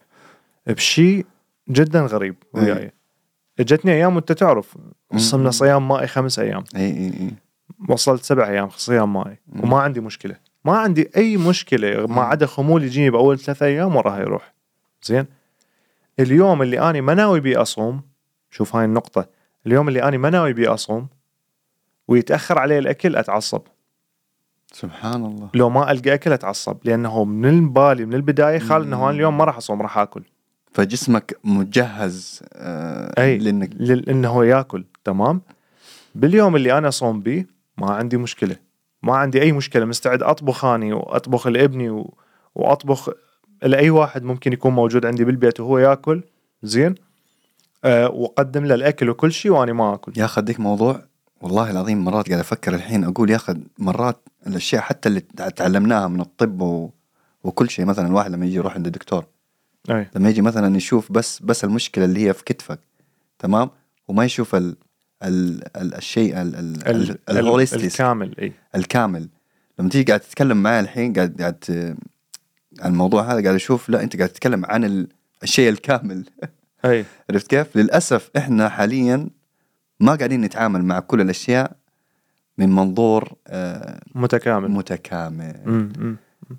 بشيء جدا غريب وياي. اجتني ايام وانت تعرف وصلنا صيام مائي 5 أيام، وصلت 7 أيام صيام مائي وما عندي مشكله، ما عندي اي مشكله ما عدا خمول يجيني باول 3 أيام وراها يروح. زين اليوم اللي اني ما ناوي بيه اصوم، شوف هاي النقطه، اليوم اللي اني ما ناوي بيه اصوم ويتاخر علي الاكل اتعصب. سبحان الله. لو ما القى اكل اتعصب، لانه من البدايه خال انه انا اليوم ما راح اصوم، راح اكل. فجسمك مجهز لانه ياكل. تمام. باليوم اللي انا اصوم بيه ما عندي مشكله، ما عندي اي مشكله، مستعد اطبخ اني واطبخ لابني واطبخ لاي واحد ممكن يكون موجود عندي بالبيت وهو ياكل. زين وقدم له الاكل وكل شيء وانا ما اكل. يا اخي اديك موضوع والله العظيم، مرات قاعد افكر الحين اقول يا اخي مرات الاشياء حتى اللي تعلمناها من الطب وكل شيء، مثلا الواحد لما يجي يروح عند الدكتور لما يجي مثلا يشوف بس المشكله اللي هي في كتفك، تمام، وما يشوف الشيء الهوليستي الكامل. الكامل. لما تيجي قاعد تتكلم معي الحين قاعد عن الموضوع هذا، قاعد اشوف لا انت قاعد تتكلم عن الشيء الكامل. عرفت كيف؟ للاسف احنا حاليا ما قاعدين نتعامل مع كل الاشياء من منظور متكامل.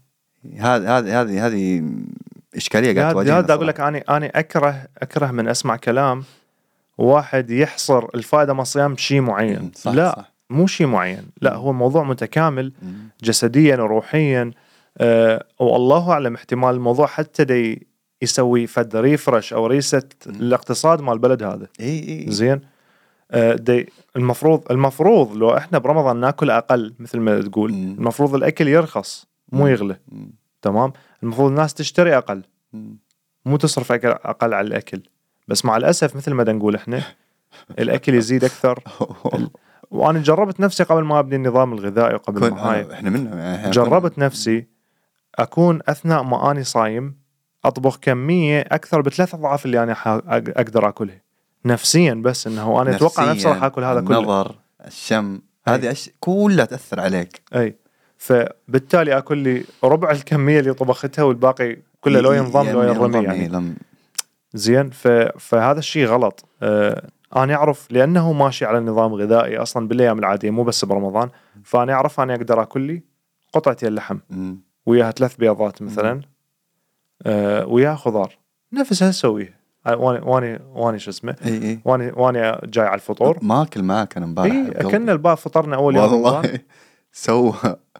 هذه إشكالية قاعد تواجهنا. هذا أقول لك أنا أكره من أسمع كلام واحد يحصر الفائدة من الصيام بشيء معين. لا مو شيء معين، لا هو موضوع متكامل جسديا وروحيا. والله أعلم احتمال الموضوع حتى دي يسوي فد ريفرش أو ريست الاقتصاد مال البلد هذا. زين دي المفروض لو احنا برمضان ناكل اقل مثل ما تقول، المفروض الاكل يرخص مو يغلى. تمام. المفروض الناس تشتري اقل مو تصرف اقل على الاكل. بس مع الاسف مثل ما نقول احنا الاكل يزيد اكثر. وانا جربت نفسي قبل ما ابني النظام الغذائي وقبل ما هاي احنا منه جربت نفسي اكون اثناء ما اني صايم اطبخ كميه اكثر ب3 أضعاف اللي انا اقدر اكلها نفسيا. بس انه انا اتوقع نفسي راح اكل هذا كله. النظر، الشم، هذه كلها تاثر عليك. فبالتالي اكل لي ربع الكميه اللي طبختها والباقي كله لو ينضم لو يرمي يعني. زين فهذا الشيء غلط. انا اعرف لانه ماشي على نظام غذائي اصلا بالايام العاديه مو بس برمضان، فانا اعرف انا اقدر اكل لي قطعتين اللحم وياها 3 بيضات مثلا وياها خضار نفسها اسويها واني شو اسمه واني جاي على الفطور ما اكل معاك انا امبارح. اكلنا الباب فطرنا اول يوم والله سوى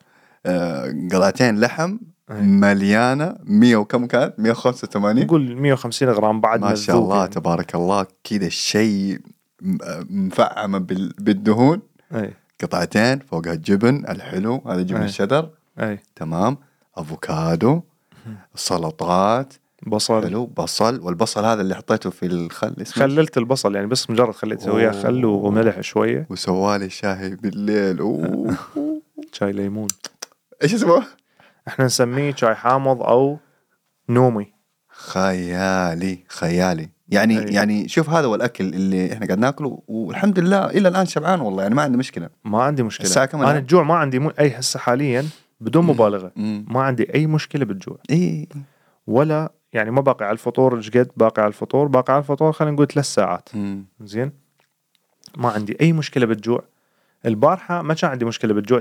قطعتين لحم مليانه 100 وكم كانت 185 نقول 150 غرام بعد ما شاء الله يعني. تبارك الله كذا الشيء مفعمه بالدهون. قطعتين فوقها الجبن الحلو هذا جبن الشدر تمام، افوكادو، سلطات، بصل حلو، بصل، والبصل هذا اللي حطيته في الخل اسمه خللت البصل يعني بس مجرد خليته وياه خل وملح شويه وسوالي شاي بالليل شاي ليمون. ايش اسمه؟ احنا نسميه شاي حامض او نومي. خيالي يعني شوف هذا هو الاكل اللي احنا قاعد ناكله والحمد لله الى الان شبعان والله يعني ما عندي مشكله. انا الجوع ما عندي هسه حاليا بدون مبالغه ما عندي اي مشكله بالجوع ولا يعني ما باقي على الفطور قد باقي على الفطور، باقي على الفطور خلينا نقول 3 ساعات. زين، ما عندي اي مشكله بالجوع. البارحه ما كان عندي مشكله بالجوع،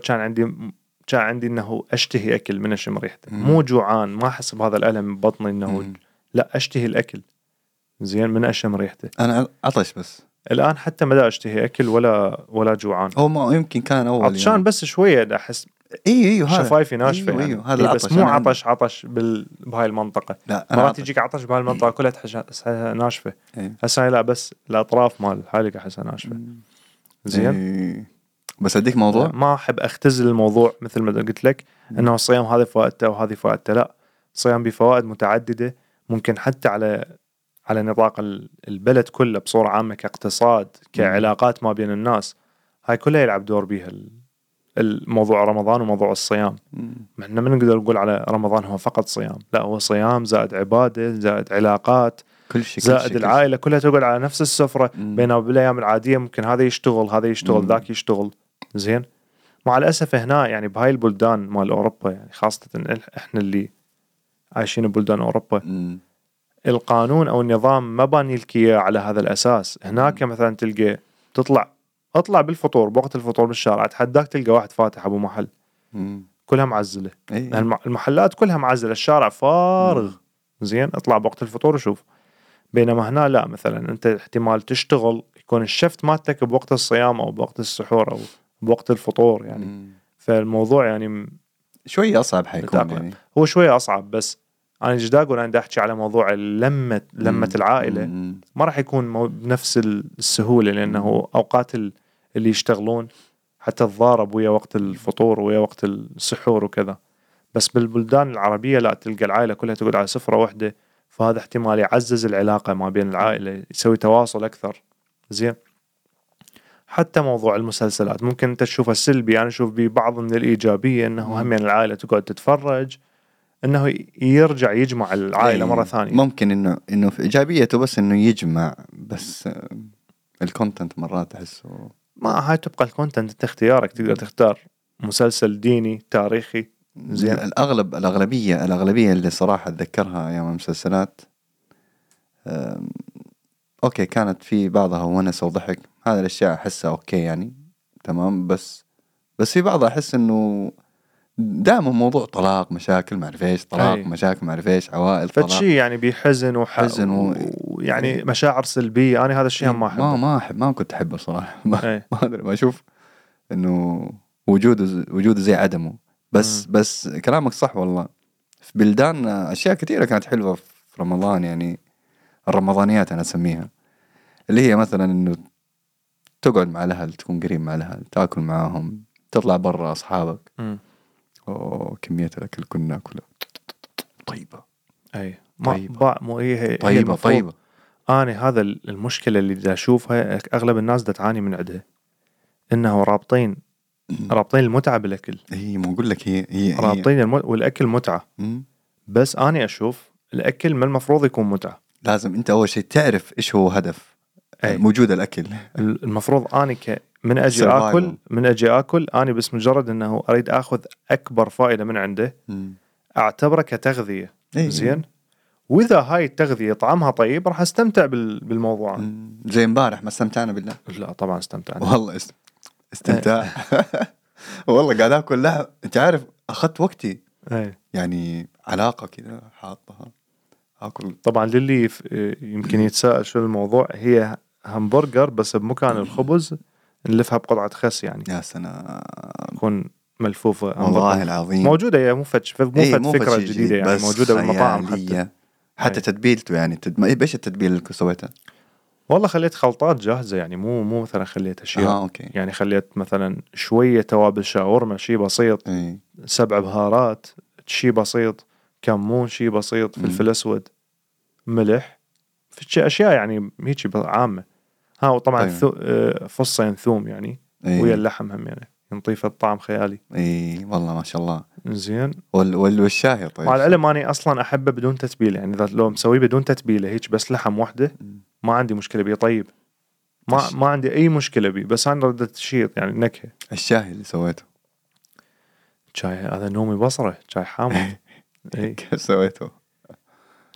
كان عندي انه اشتهي اكل من اشم ريحته، مو جوعان، ما احس بهذا الالم ببطني انه لا، اشتهي الاكل. زين، من اشم ريحته. انا عطش بس الان حتى ما دا اشتهي اكل ولا جوعان. هو ما يمكن كان اول عطشان يوم. بحس شويه احس ايوه هذا شفايفي ناشفه. ايوه يعني هذا بس العطش. مو أنا عطش بهاي المنطقه. لا أنا مرات عطش. يجيك عطش بهاي المنطقه كلها تحسها ناشفه. إيه. هسه لا، بس الاطراف مال حالك احسها ناشفه. زين. إيه. بس اديك موضوع ما احب اختزل الموضوع مثل ما قلت لك انه الصيام هذه فوائدته وهذه فوائدته. لا، الصيام بفوائد متعدده، ممكن حتى على نطاق البلد كله بصوره عامه، كاقتصاد، كعلاقات ما بين الناس. هاي كلها يلعب دور بيها الموضوع رمضان وموضوع الصيام. احنا ما نقدر نقول على رمضان هو فقط صيام، لا، هو صيام زائد عباده زائد علاقات كل شيء زائد العائله كلها تقعد على نفس السفره. بينما بالايام العاديه ممكن هذا يشتغل ذاك يشتغل. زين. مع الاسف هنا يعني بهاي البلدان مال اوروبا، يعني خاصه احنا اللي عايشين ببلدان اوروبا، القانون او النظام ما باني لك اياه على هذا الاساس. هناك مثلا تلقى اطلع بالفطور، بوقت الفطور بالشارع، اتحداك تلقى واحد فاتح ابو محل كلها معزله. المحلات كلها معزله، الشارع فارغ. زين، اطلع بوقت الفطور وشوف. بينما هنا لا، مثلا انت احتمال تشتغل يكون الشفت مالتك بوقت الصيام او بوقت السحور او بوقت الفطور يعني. فالموضوع يعني شويه اصعب حيكون يعني. هو شويه اصعب، بس انا ايش دا اقول، انا دا احكي على موضوع لمه العائله. ما راح يكون بنفس السهوله، لانه اوقات اللي يشتغلون حتى تضارب ويا وقت الفطور ويا وقت السحور وكذا. بس بالبلدان العربيه لا، تلقى العائله كلها تقعد على سفره واحده، فهذا احتمال يعزز العلاقه ما بين العائله، يسوي تواصل اكثر. زين. حتى موضوع المسلسلات ممكن انت تشوفه سلبي، انا اشوف ببعض من الايجابيه انه هم العائله تقعد تتفرج، انه يرجع يجمع العائله مره ثانيه. ممكن انه في ايجابيته، بس انه يجمع، بس الكونتنت مرات احسه ما هاي تبقى الكونتنت، انت اختيارك، تقدر تختار مسلسل ديني تاريخي. زين. الاغلبيه اللي صراحه اتذكرها ايام المسلسلات اوكي، كانت في بعضها ونس وضحك، هذه الاشياء احسها اوكي يعني تمام. بس في بعضها احس انه دائما موضوع طلاق، مشاكل ما اعرف ايش، طلاق مشاككل ما اعرف ايش، عوائل طلاق، فشي يعني بيحزن وحزن يعني مشاعر سلبيه. انا هذا الشيء ما احبه. ما كنت احبه صراحه. ما ادري، ما اشوف انه وجوده زي عدمه. بس كلامك صح والله. في بلدان اشياء كثيره كانت حلوه في رمضان، يعني الرمضانيات انا اسميها، اللي هي مثلا انه تقعد مع الاهل، تكون قريب مع الاهل، تاكل معاهم، تطلع برا اصحابك. كميه الاكل كنا ناكلها طيبه. اي طيبه. انا هذا المشكله اللي دا اشوفها اغلب الناس دا تعاني من عندها، انه رابطين المتعه بالاكل. مو اقول لك هي رابطين والاكل متعه. بس انا اشوف الاكل ما المفروض يكون متعه. لازم انت اول شيء تعرف ايش هو هدف موجود الاكل. المفروض انا من اجي اكل انا بس مجرد انه اريد اخذ اكبر فائده من عنده، اعتبره كتغذيه. زين. واذا هاي التغذيه طعمها طيب راح استمتع بالموضوع. زي امبارح ما استمتعنا بالله. لا طبعا استمتعنا والله استمتاع. والله قاعد اكل لحم، انت عارف اخذت وقتي. يعني علاقه كذا حاطها اكل. طبعا للي يمكن يتساءل شو الموضوع، هي همبرجر بس بمكان الخبز نلفها بقطعه خس يعني. يا سلام. تكون ملفوفه. والله العظيم موجوده، هي مو فكره جديده يعني، موجوده بالمطاعم حتى تتبيلته يعني ايش التتبيل اللي سويتها؟ والله خليت خلطات جاهزه يعني، مو مثلا خليت اشياء. أوكي. يعني خليت مثلا شويه توابل شاورما، شيء بسيط. 7 بهارات، شيء بسيط. كمون، شيء بسيط. فلفل اسود، ملح، في اشياء يعني هيك عامه. وطبعا فصين ثوم يعني. ويا اللحم هم يعني ينطيف الطعم خيالي. والله ما شاء الله. زين. والشاي طيب. مع العلم اني اصلا احبه بدون تتبيله، يعني اذا لو مسويه بدون تتبيله هيك بس لحم وحده ما عندي مشكله بيه. طيب ما عندي اي مشكله بيه، بس انا ردت شيء يعني نكهه. الشاي اللي سويته شاي هذا نومي بصره، شاي حامض. كيف سويته؟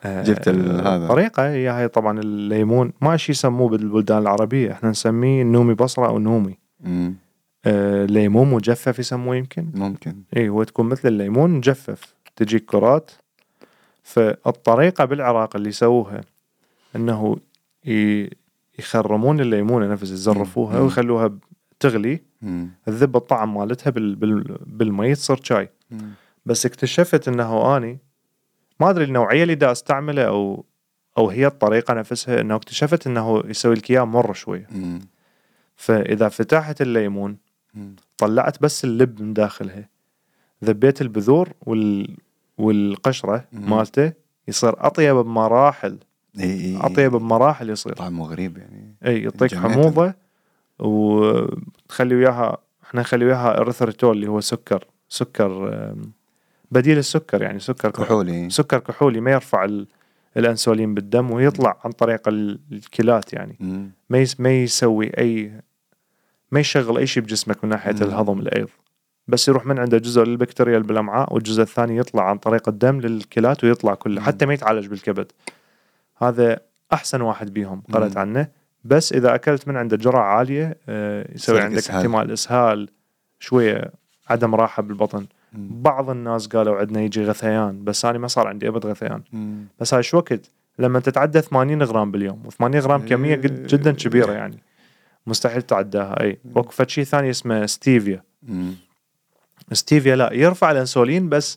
جبت هذا طريقة هي طبعا الليمون ما شي يسموه بالبلدان العربية، احنا نسميه نومي بصرة أو نومي. ليمون مجفف يسموه يمكن. ممكن. اي هو تكون مثل الليمون مجفف، تجيك كرات. فالطريقة بالعراق اللي يسووها انه يخرمون الليمونة نفس يزرفوها ويخلوها تغلي، تذب الطعم مالتها بالمي تصير شاي. بس اكتشفت انه اني ما ادري النوعية اللي دا استعمله او هي الطريقة نفسها، انه اكتشفت انه يسوي لك اياه مر شوية. فاذا فتحت الليمون طلعت بس اللب من داخلها، ذبيت البذور والقشرة مالته، يصير اطيب بمراحل. اطيب بمراحل يصير طعمه غريب يعني. اي يعطيك حموضة، وتخلي وياها احنا نخلي وياها اريثريتول اللي هو سكر بديل السكر، يعني سكر كحولي. سكر كحولي ما يرفع الانسولين بالدم ويطلع عن طريق الكلات يعني. ما يسوي ما يشغل اي شيء بجسمك من ناحية الهضم الايض، بس يروح من عنده جزء للبكتيريا بالامعاء والجزء الثاني يطلع عن طريق الدم للكلات ويطلع كله، حتى ما يتعالج بالكبد. هذا احسن واحد بيهم قرأت عنه. بس اذا اكلت من عنده جرعة عالية يسوي عندك إسهال. احتمال اسهال شوية، عدم راحة بالبطن. بعض الناس قالوا عندنا يجي غثيان، بس أنا ما صار عندي أبد غثيان. بس هاي شو وقت لما تتعدى 80 غرام باليوم، و80 غرام كمية جدا كبيرة يعني مستحيل تعداها. أي وقفة شيء ثاني اسمه ستيفيا. ستيفيا لا يرفع الأنسولين بس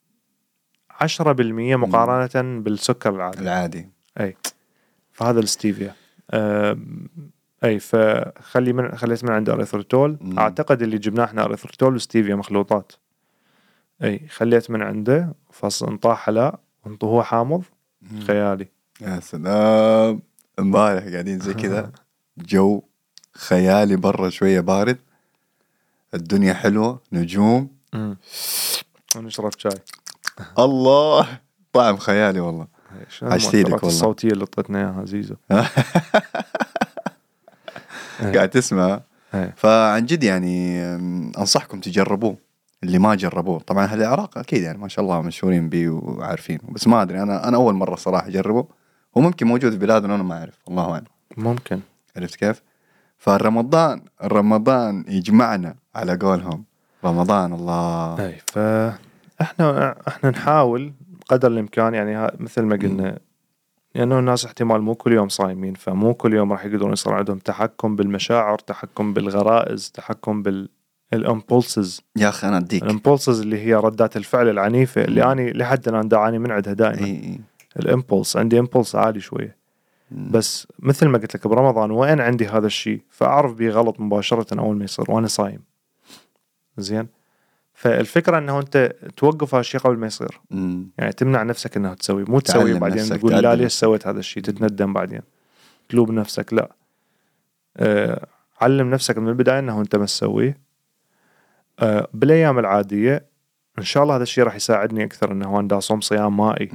10% مقارنة بالسكر العادي. أي فهذا الستيفيا. أي خليت من عنده أريثريتول. أعتقد اللي جبناه إحنا أريثريتول وستيفيا مخلوطات. اي خليت من عنده فص انطاح لا وهو حامض خيالي. يا سلام، امبارح قاعدين زي كذا جو خيالي، برا شوية بارد، الدنيا حلوة، نجوم، ونشرب شاي. الله طعم خيالي والله. عشتيلك والله الصوتية اللي طلتنا اياها زيزو. قاعد تسمع. فعن جد يعني انصحكم تجربوه، اللي ما جربوه. طبعا أهل العراق أكيد يعني ما شاء الله مشهورين بيه وعارفين، بس ما أدري أنا أول مرة صراحة أجربه. وممكن موجود في بلادنا أنا ما أعرف، الله أعلم. ممكن. عرفت كيف؟ فالرمضان يجمعنا على قولهم، رمضان الله. أي فإحنا نحاول قدر الإمكان يعني مثل ما قلنا، لأنه الناس احتمال مو كل يوم صايمين، فمو كل يوم راح يقدرون يصير عندهم تحكم بالمشاعر، تحكم بالغرائز، تحكم الامبولسز. يا أخي أنا أديك الامبولسز اللي هي ردات الفعل العنيفة اللي أنا لحد الآن دعاني من عندها دائما. الامبولس عندي امبولس عالي شوية. بس مثل ما قلت لك برمضان وين عندي هذا الشيء، فأعرف بيه غلط مباشرة أول ما يصير وأنا صايم. زين. فالفكرة أنه أنت توقف هالشيء قبل ما يصير. يعني تمنع نفسك أنه تسوي، مو تسوي بعدين تقول لا ليش سويت هذا الشيء، تتندم بعدين تلوب نفسك. لا، علم نفسك من البداية أنه أنت ما تسويه. بالأيام العادية إن شاء الله هذا الشيء راح يساعدني أكثر، أنه أنا أصوم صيام مائي،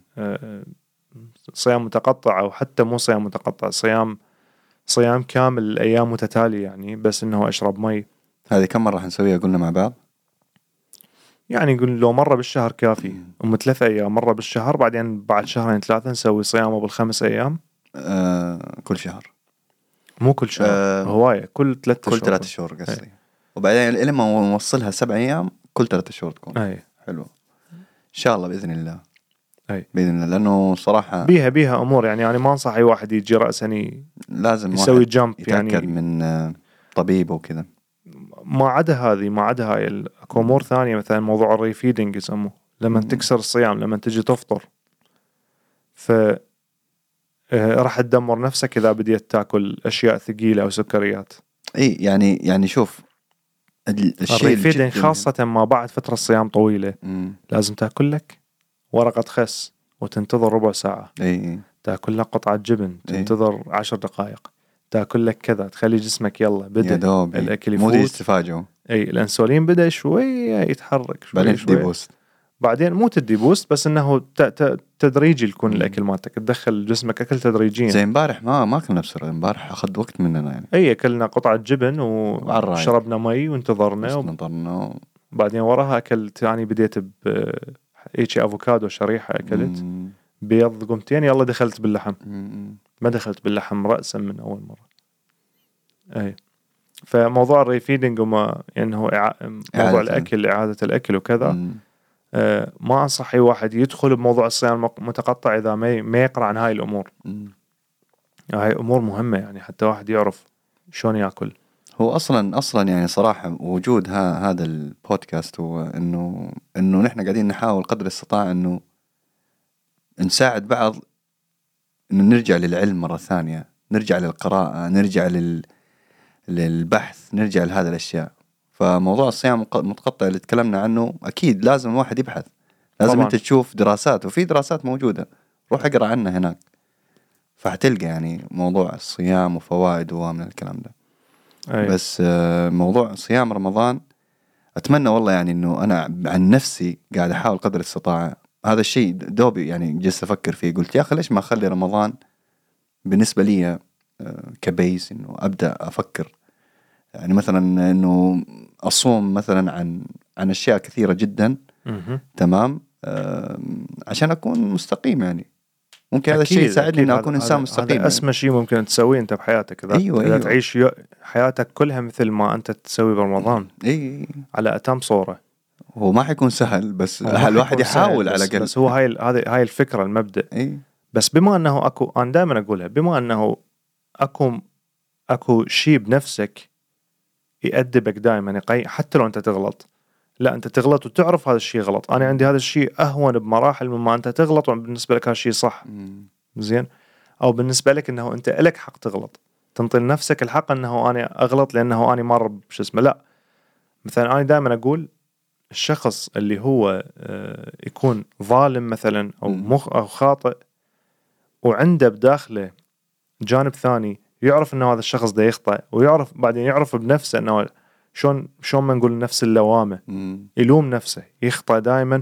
صيام متقطع، أو حتى مو صيام متقطع، صيام كامل الأيام متتالية يعني، بس أنه أشرب مي. هذه كم مرة راح نسويها قلنا مع بعض؟ يعني يقول لو مرة بالشهر كافي، ثلاث أيام مرة بالشهر، بعدين بعد شهرين ثلاثة نسوي صيامه بالخمس أيام. كل شهر مو كل شهر، هواية كل 3 شهور. كل 3 شهور قصدي. وبعدين لما نوصلها 7 أيام كل 3 شهور تكون. أي. حلو إن شاء الله بإذن الله. أي. بإذن الله، لأنه صراحة بيها أمور يعني أنا ما أنصح أي واحد يجي رأسا لازم يسوي جامب يعني من طبيب وكذا. ما عدا هاي اكو امور ثانيه، مثلا موضوع الريفيدنج يسموه، لما تكسر الصيام، لما تجي تفطر، ف راح تدمر نفسك اذا بديت تاكل اشياء ثقيله او سكريات. اي يعني شوف الشيء الريفيدنج خاصه ما بعد فتره الصيام طويله. لازم تاكل لك ورقه خس وتنتظر ربع ساعه. اي. تاكل لك قطعه جبن تنتظر 10 دقائق. تاكل لك كذا، تخلي جسمك يلا بدأ الأكل يفوت. مو تستفاجئوا. أي الأنسولين بدأ شوية يتحرك شوية. بعدين مو تدي بوست، بس إنه تدريجي يكون الأكل مالتك تدخل جسمك أكل تدريجيا. زي امبارح ما كنا بسرعة، امبارح أخذ وقت مننا يعني. أي أكلنا قطعة جبن وشربنا مي وانتظرنا بعدين وراها أكلت يعني بديت هيك أفوكادو شريحة أكلت. بيض قمتين يلا دخلت باللحم، مم. ما دخلت باللحم رأسا من أول مرة. أي فموضوع الريفيدنج وما إنه موضوع إعادة. الأكل، إعادة الأكل وكذا، مم. ما أنصح أي واحد يدخل بموضوع الصيام المتقطع إذا ما يقرأ عن هاي الأمور. مم. هاي أمور مهمة يعني حتى واحد يعرف شلون يأكل. هو أصلا يعني صراحة وجود هذا البودكاست هو إنه نحن قاعدين نحاول قدر الاستطاعة إنه نساعد بعض، إنه نرجع للعلم مرة ثانية، نرجع للقراءة، نرجع للبحث، نرجع لهذه الأشياء. فموضوع الصيام المتقطع اللي تكلمنا عنه أكيد لازم الواحد يبحث، لازم طبعاً. أنت تشوف دراسات، وفي دراسات موجودة روح اقرأ عنها هناك، فحتلقى يعني موضوع الصيام وفوائده ومن الكلام ده. أي. بس موضوع صيام رمضان أتمنى والله يعني إنه أنا عن نفسي قاعد أحاول قدر الاستطاعة هذا الشيء دوبي يعني جلست أفكر فيه، قلت يا أخي ليش ما أخلي رمضان بالنسبة لي كبيس إنه أبدأ أفكر يعني مثلا إنه أصوم مثلا عن أشياء كثيرة جدا. مهم. تمام. عشان أكون مستقيم يعني، ممكن هذا الشيء يساعدني إنه أكون إنسان مستقيم. هذا أسمى شيء ممكن تسويه أنت بحياتك إذا أيوة. تعيش حياتك كلها مثل ما أنت تسوي برمضان إيه. على أتم صورة. هو ما حيكون سهل بس الواحد يحاول على الأقل. بس هو هاي الفكرة المبدأ. إيه. بس بما أنه أنا دائما أقولها، بما أنه أكو شيء بنفسك يأدبك دائما حتى لو أنت تغلط، لا أنت تغلط وتعرف هذا الشيء غلط. أنا عندي هذا الشيء أهون بمراحل مما أنت تغلط وبالنسبة لك هذا الشيء صح. زين. أو بالنسبة لك أنه أنت لك حق تغلط، تنطي لنفسك الحق أنه أنا أغلط لأنه أنا مر بش اسمه. لا مثلا أنا دائما أقول الشخص اللي هو يكون ظالم مثلا أو خاطئ وعنده بداخله جانب ثاني يعرف أنه هذا الشخص ده يخطئ، ويعرف بعدين يعرف بنفسه أنه شلون ما نقول نفس اللوامة، يلوم نفسه، يخطئ دائما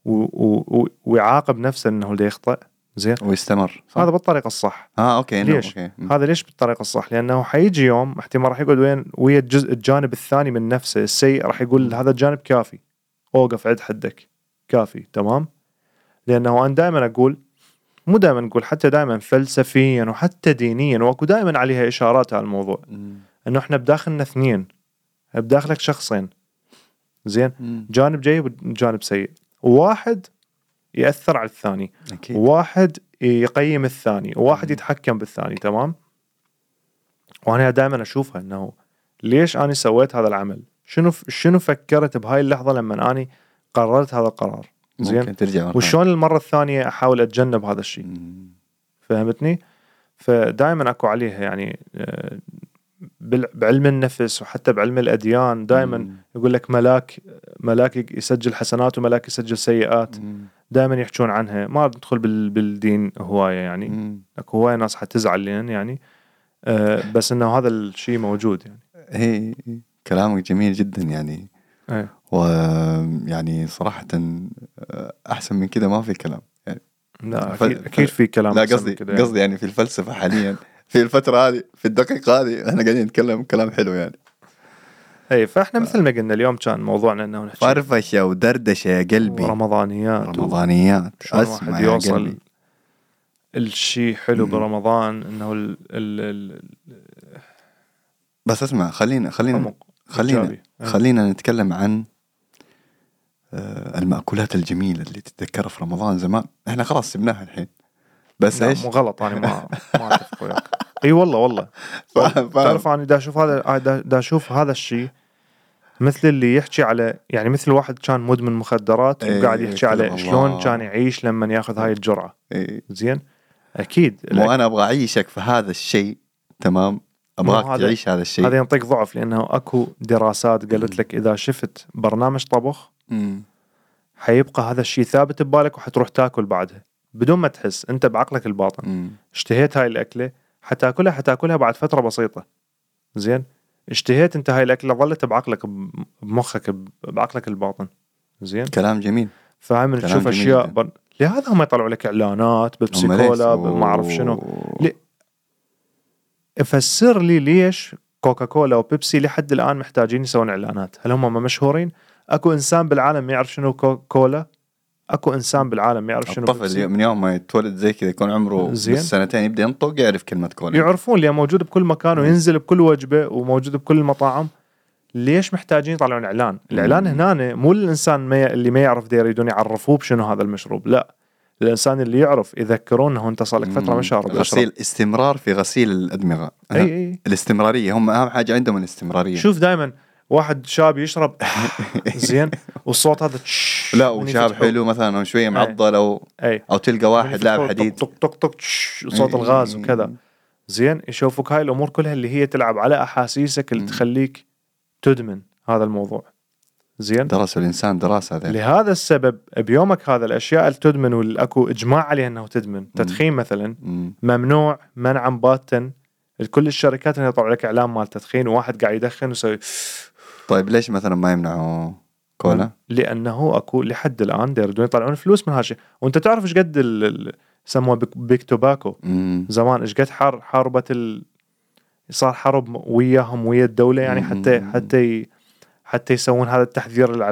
ويعاقب نفسه أنه ده يخطئ. زين. ويستمر. هذا بالطريقة الصح. أوكي. ليش؟ هذا ليش بالطريقة الصح؟ لأنه حيجي يوم احتمال راح يقعد ويا الجانب الثاني من نفسه السيء، راح يقول هذا الجانب كافي، أوقف عد حدك، كافي تمام. لأنه أنا دائما أقول، مو دائما نقول، حتى دائما فلسفيا وحتى دينيا، واكو دائما عليها إشارات على الموضوع، إنه إحنا بداخلنا اثنين، بداخلك شخصين. زين. جانب جيد وجانب سيء، وواحد يأثر على الثاني. أكيد. وواحد يقيم الثاني، وواحد يتحكم بالثاني. تمام. وأنا دائما أشوفها إنه ليش أنا سويت هذا العمل، شنو فكرت بهاي اللحظة لما أنا قررت هذا القرار. زين. وشون المرة الثانية أحاول أتجنب هذا الشيء. فهمتني؟ فدائما أكو عليها يعني بعلم النفس وحتى بعلم الأديان دائما يقول لك ملاك يسجل حسنات وملاك يسجل سيئات. دائما يحكون عنها، ما ندخل بالدين هواية يعني، أكو هواية ناس حتزعل يعني بس إنه هذا الشيء موجود يعني. هي كلامك جميل جدا يعني. ويعني صراحة أحسن من كده ما في كلام يعني. لا أكيد في كلام. لا قصدي يعني في الفلسفة حاليا في الفترة هذه، في الدقيقة هذه احنا قاعدين نتكلم كلام حلو يعني. اي فاحنا مثل ما قلنا اليوم كان موضوعنا انه نحكي فرفشة ودردشة يا قلبي، رمضانيات اسمع يا قلبي. الشيء حلو برمضان انه بس اسمع، خلينا نتكلم عن المأكولات الجميلة اللي تتذكرها في رمضان زمان. احنا خلاص سبناها الحين، بس ايش؟ مو غلط، انا ما اتفق وياك. اي والله تعرف انا دا اشوف هذا الشيء مثل اللي يحكي على يعني مثل واحد كان مدمن مخدرات وقاعد يحكي على شلون كان يعيش لما ياخذ هاي الجرعة. زين. اكيد مو انا ابغى اعيشك في هذا الشيء. تمام. ابغاك تعيش هذا الشيء. هذا ينطيك ضعف، لانه اكو دراسات قالت لك اذا شفت برنامج طبخ حيبقى هذا الشيء ثابت ببالك وحتروح تاكل بعدها بدون ما تحس. انت بعقلك الباطن اشتهيت هاي الاكله، حتاكلها بعد فتره بسيطه. زين. اشتهيت انت هاي الاكله، ظلت بعقلك بمخك بعقلك الباطن. زين. كلام جميل. فاهم. تشوف اشياء لهذا هم يطلعوا لك اعلانات بيبسي كولا ما اعرف شنو. فسر لي ليش كوكا كولا وبيبسي لحد الان محتاجين يسوون اعلانات؟ هل هم مشهورين؟ اكو انسان بالعالم ما يعرف شنو كولا؟ اكو انسان بالعالم ما يعرف شنو الطفل بيبسي؟ من يوم ما يتولد زي كذا يكون عمره زين. بالسنتين يبدا ينطق يعرف كلمه كولا. يعرفون ليه موجود بكل مكان وينزل بكل وجبه وموجود بكل المطاعم. ليش محتاجين يطلعون اعلان؟ الاعلان هنا مو الانسان اللي ما يعرف ده يريدون يعرفوه بشنو هذا المشروب، لا، الانسان اللي يعرف يذكرون انه انت صار لك فتره ما شارب. غسيل استمرار في غسيل الادمغه. اي الاستمراريه هم اهم حاجه عندهم الاستمراريه. شوف دائما واحد شاب يشرب زين والصوت هذا لا وشاب حلو مثلا شويه معضل او تلقى واحد لاعب حديد طق طق طق صوت الغاز وكذا زين. يشوفك هاي الامور كلها اللي هي تلعب على احاسيسك اللي تخليك تدمن هذا الموضوع. زين. درسوا الانسان دراسه هذا. لهذا السبب بيومك هذا الاشياء اللي تدمن والاكو اجماع عليها انه تدمن. تدخين مثلا ممنوع منعا باتا. كل الشركات اللي يطلع لك اعلان مال تدخين وواحد قاعد يدخن ويسوي. طيب ليش مثلا ما يمنعوا كولا؟ لانه اكو لحد الان يريدون يطلعون فلوس من هالشيء. وانت تعرف ايش قد يسموها بيك توباكو زمان ايش قد حاربت صار حرب وياهم ويا الدوله يعني حتى يسوون هذا التحذير اللي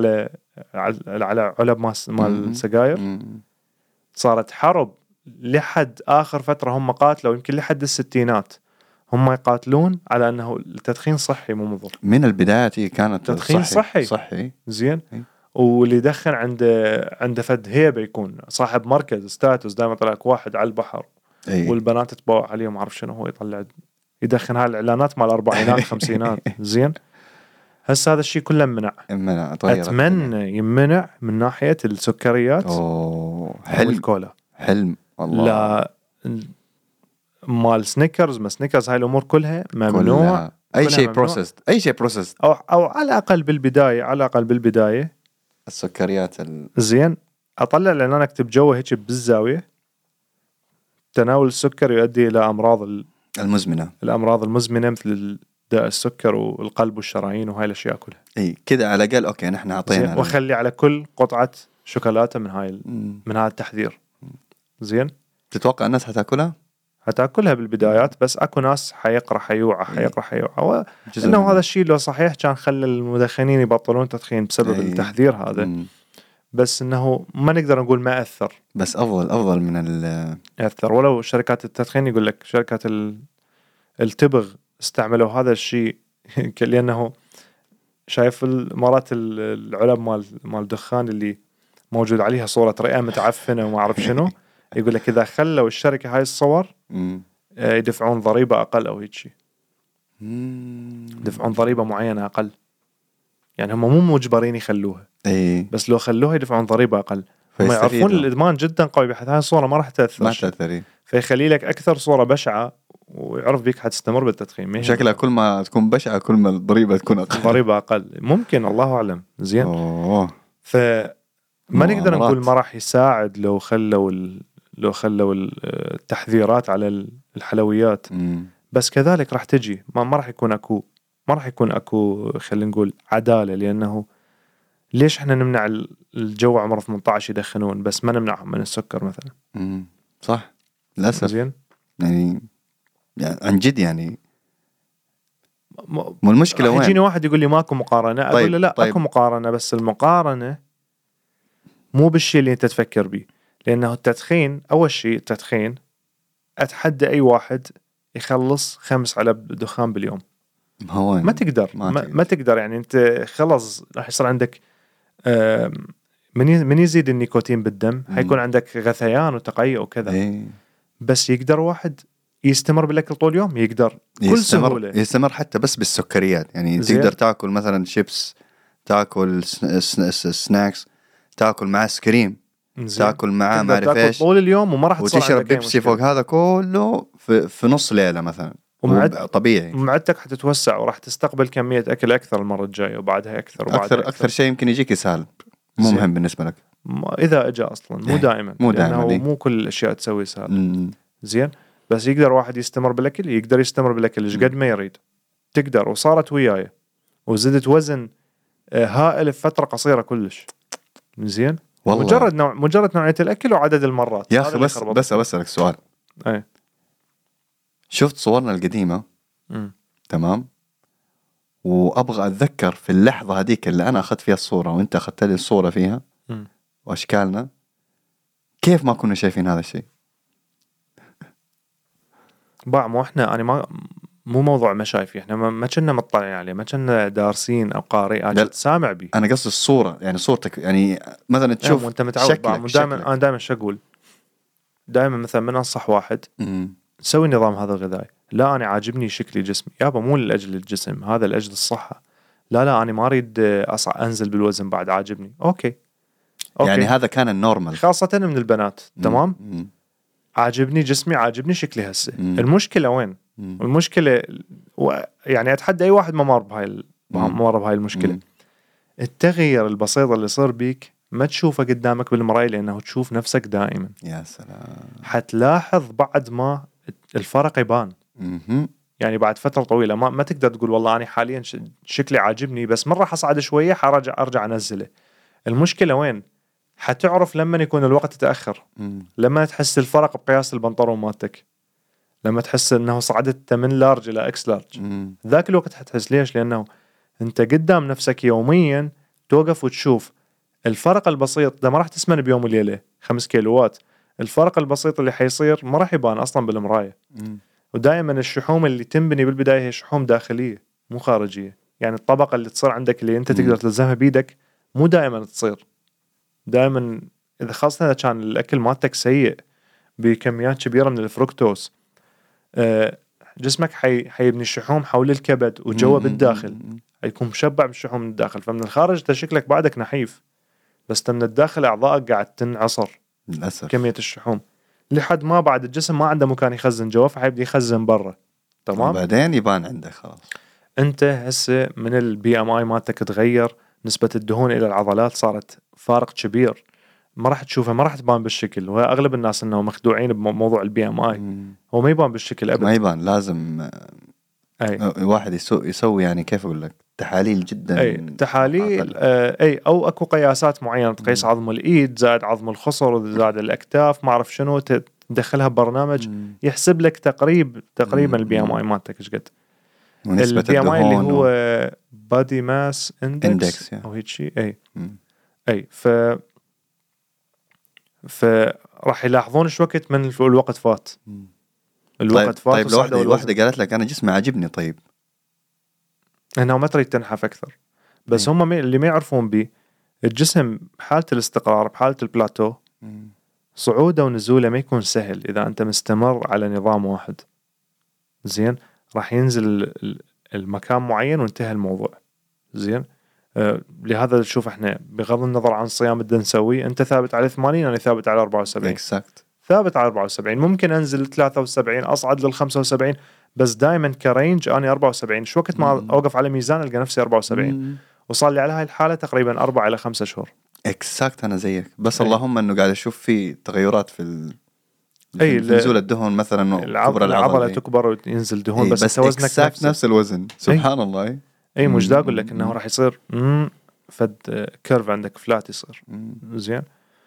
على علب مال السجاير. صارت حرب لحد آخر فترة هم قاتلوا يمكن لحد الستينات هم يقاتلون على أنه التدخين صحي مو مضر. من البداية كانت تدخين صحي زين. واللي يدخن عنده فد هيبة يكون صاحب مركز ستاتوس. دائما طلعك واحد على البحر والبنات تتبوع عليه وما أعرف شنو هو يطلع يدخن هاي الإعلانات مال الأربعينات خمسينات زين. هسه هذا الشيء كله منع. أتمنى يمنع من ناحية السكريات والكولا. حلم والله. لا مال سنيكرز ما سنيكرز هاي الأمور كلها ممنوع. أي شيء بروسيسد أي شيء بروسيسد أو على الأقل بالبداية السكريات زين. أطلع لأن أنا أكتب جوا هيك بالزاوية تناول السكر يؤدي إلى الأمراض المزمنة مثل داء السكر والقلب والشرايين وهاي الأشياء كلها. اي كده على الأقل اوكي نحن عطينا. وخلي على كل قطعة شوكولاتة من هذا التحذير. زين. تتوقع الناس هتاكلها بالبدايات بس اكو ناس حيوعى انه هذا الشيء لو صحيح كان خلى المدخنين يبطلون تدخين بسبب التحذير هذا. بس انه ما نقدر نقول ما اثر. بس افضل من اثر. ولو شركات التدخين يقول لك شركات التبغ استعملوا هذا الشيء لأنه شايف مرات العلب مال دخان اللي موجود عليها صورة رئة متعفنة وما أعرف شنو. يقول لك إذا خلوا الشركة هاي الصور يدفعون ضريبة أقل أو هيك شيء. يدفعون ضريبة معينة أقل. يعني هم مو مجبرين يخلوها بس لو خلوها يدفعون ضريبة أقل. هم يعرفون الإدمان جدا قوي بحيث هاي الصورة ما راح تأثر فيخلي لك أكثر صورة بشعة ويعرف بيك حتستمر بالتدخين. شكلها كل ما تكون بشعة كل ما الضريبة تكون أقل. ممكن الله أعلم. زين. فما نقدر نقول ما راح يساعد لو خلوا التحذيرات على الحلويات. بس كذلك راح تجي ما راح يكون أكو خلينا نقول عدالة. لأنه ليش احنا نمنع الجو عمره 18 يدخنون بس ما نمنعهم من السكر مثلا؟ صح للأسف. زين. يعني عن جد يعني مو المشكلة وين؟ يجيني واحد يقول لي ماكو مقارنة. أقول له لا أكو مقارنة بس المقارنة مو بالشيء اللي أنت تفكر به. لأنه التدخين أول شيء التدخين أتحدى أي واحد يخلص 5 علب دخان باليوم. ما تقدر يعني أنت خلص راح يصير عندك من يزيد النيكوتين بالدم حيكون عندك غثيان وتقيؤ وكذا. بس يقدر واحد يستمر بالأكل طول اليوم يقدر كل سهولة يستمر حتى بس بالسكريات. يعني تقدر تأكل مثلا شيبس تأكل سناكس تأكل مع سكريم تأكل معاه ما أعرف إيش طول اليوم وما راح وتشرب بيبسي فوق هذا كله في نص ليلة مثلا. طبيعي معدتك حتتوسع وراح تستقبل كمية أكل أكثر المرة الجاية وبعدها أكثر شيء يمكن يجيك إسهال. مو مهم بالنسبة لك إذا أجا أصلا مو دائما مو كل الأشياء تسوي إسهال. زين. بس يقدر واحد يستمر بالأكل إيش قد ما يريد تقدر. وصارت وياي وزدت وزن هائل في فترة قصيرة كلش. زين. مجرد نوعية الأكل وعدد المرات. يا أخي بس أسألك سؤال. شفت صورنا القديمة تمام وأبغى أتذكر في اللحظة هذيك اللي أنا أخذت فيها الصورة وأنت أخذت لي الصورة فيها وأشكالنا كيف ما كنا شايفين هذا الشيء؟ مو احنا انا ما مو موضوع ما شايفي، احنا ما كنا مطلعين عليه، ما كنا دارسين او قارئ سامع به. انا قصدي الصوره، يعني صورتك، يعني مثلا تشوف وانت متعود شكلك. انا دائما شو اقول، دائما مثلا من انصح واحد سوي النظام هذا الغذائي، لا انا عاجبني شكلي جسمي يابا، مو لاجل الجسم، هذا لاجل الصحه. لا انا ما اريد انزل بالوزن بعد، عاجبني أوكي. يعني هذا كان النورمال خاصه من البنات. تمام. عاجبني جسمي، عاجبني شكلي هسه. المشكله وين؟ المشكله يعني اتحدى اي واحد ما مر بهاي المشكله. التغيير البسيط اللي صار بيك ما تشوفه قدامك بالمراية، لأنه تشوف نفسك دائما. يا سلام. حتلاحظ بعد ما الفرق يبان. يعني بعد فترة طويلة ما تقدر تقول والله أنا حاليا شكلي عاجبني، بس مرة حصعد شوية أرجع أنزله. المشكلة وين؟ حتعرف لما يكون الوقت يتأخر. لما تحس الفرق بقياس البنطلون مالتك، لما تحس أنه صعدت من لارج إلى إكس لارج، ذاك الوقت حتحس. ليش؟ لأنه أنت قدام نفسك يوميا توقف وتشوف الفرق البسيط ده. ما راح تسمن بيوم وليلة 5 كيلوات. الفرق البسيط اللي حيصير ما راح يبان أصلا بالمراية. ودائما الشحوم اللي تنبني بالبداية هي شحوم داخلية مو خارجية. يعني الطبقة اللي تصير عندك اللي أنت تقدر تلزمها بيدك مو دائما تصير. دائما إذا خاصة إذا كان الأكل مالتك سيء بكميات كبيرة من الفركتوز، جسمك حيبني الشحوم حول الكبد وجوا بالداخل، حيكون مشبع بالشحوم من الداخل. فمن الخارج تشكلك بعدك نحيف، بس من الداخل أعضائك قاعد تنعصر للأسف كمية الشحوم، لحد ما بعد الجسم ما عنده مكان يخزن جوا، فحيبدي يخزن برا. تمام. وبعدين يبان عندك خلاص. انت هسه من البي ام اي مالتك تغير، نسبة الدهون الى العضلات صارت فارق كبير، ما راح تشوفها، ما راح تبان بالشكل. وهي اغلب الناس انه مخدوعين بموضوع البي ام اي. هو ما يبان بالشكل ابدا، ما يبان. لازم الواحد يسوي يعني كيف اقول لك تحاليل جدا. تحاليل او اكو قياسات معينه تقيس عظم الايد زائد عظم الخصر زائد الاكتاف، ما اعرف شنو، تدخلها ببرنامج يحسب لك تقريبا البي ام اي مالتك ايش قد. البي ام اي اللي هو بادي ماس اندكس او هيك شيء. اي فراح يلاحظون ايش وقت من الوقت فات. الوقت فات. طيب لو واحدة قالت لك انا جسمي عاجبني، طيب انه ما تريد تنحف اكثر، بس هم اللي ما يعرفون به الجسم بحالة الاستقرار، بحالة البلاتو، صعوده ونزوله ما يكون سهل اذا انت مستمر على نظام واحد. زين، راح ينزل المكان معين وانتهى الموضوع. زين، لهذا نشوف احنا بغض النظر عن الصيام بدنا نسوي، انت ثابت على 80 انا ثابت على 74. exact. ثابت على 74. ممكن انزل 73 اصعد لل 75، بس دائما كرينج اني 74. شو وقت ما اوقف على ميزان القى نفسي 74. وصار لي على هاي الحاله تقريبا 4 إلى 5 شهور. اكزاكت. انا زيك، بس اللهم انه قاعد اشوف في تغيرات في نزول الدهون مثلا، العضله تكبر وينزل دهون، بس انت وزنك نفس الوزن. سبحان الله. مش دا اقول لك انه راح يصير فد كيرف عندك فلات يصير. زين،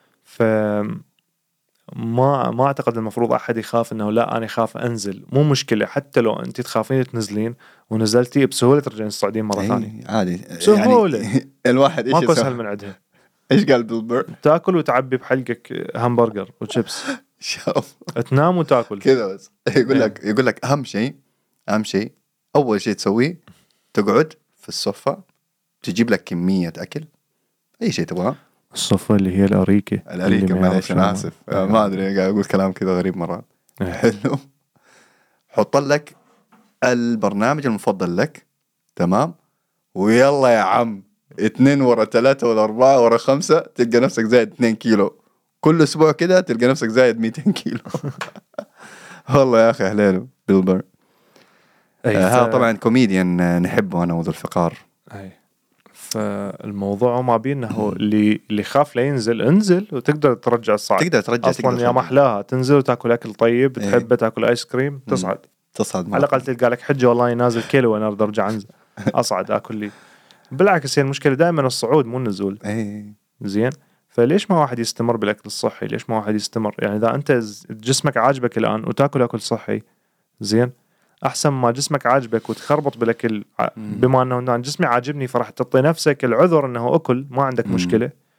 ما اعتقد المفروض احد يخاف انه لا انا خاف انزل. مو مشكله، حتى لو انت تخافين تنزلين ونزلتي بسهوله ترجعين تصعدين مره ثانيه عادي بسهوله. يعني الواحد ايش ما اسهل من عندها. ايش قال بيلبر؟ تاكل وتعبي بحلقك همبرجر وشيبس تنام وتاكل كذا بس. يقول لك اهم شيء اول شيء تسويه تقعد في الصفة، تجيب لك كمية اكل، اي شيء تبغاه. الصفة اللي هي الأريكة معلش أنا آسف، ما أدري قاعد أقول كلام كذا غريب مرات. حلو. حط لك البرنامج المفضل لك، تمام، ويلا يا عم 2 ورا 3 ولا 4 ورا 5 تلقى نفسك زايد 2 كيلو. كل أسبوع كده تلقى نفسك زايد 200 كيلو. والله يا أخي أهلين بيلبر. هذا طبعا كوميديان نحبه أنا وذو الفقار. فالموضوع ما بينه اللي خاف لا ينزل، انزل وتقدر ترجع الصعد. تقدر اصلا يا محلاها تنزل وتاكل اكل طيب، تحب تاكل ايس كريم، تصعد على الاقل تلقى لك حجه والله نازل كيلو وانا اريد ارجع انزل اصعد اكل لي. بالعكس هي المشكله دائما الصعود مو النزول. زين، فليش ما واحد يستمر بالاكل الصحي؟ ليش ما واحد يستمر؟ يعني اذا انت جسمك عاجبك الان وتاكل اكل صحي، زين، احسن ما جسمك عاجبك وتخربط بالاكل. بما انه جسمي عاجبني، فرح تعطي نفسك العذر انه اكل، ما عندك مشكله،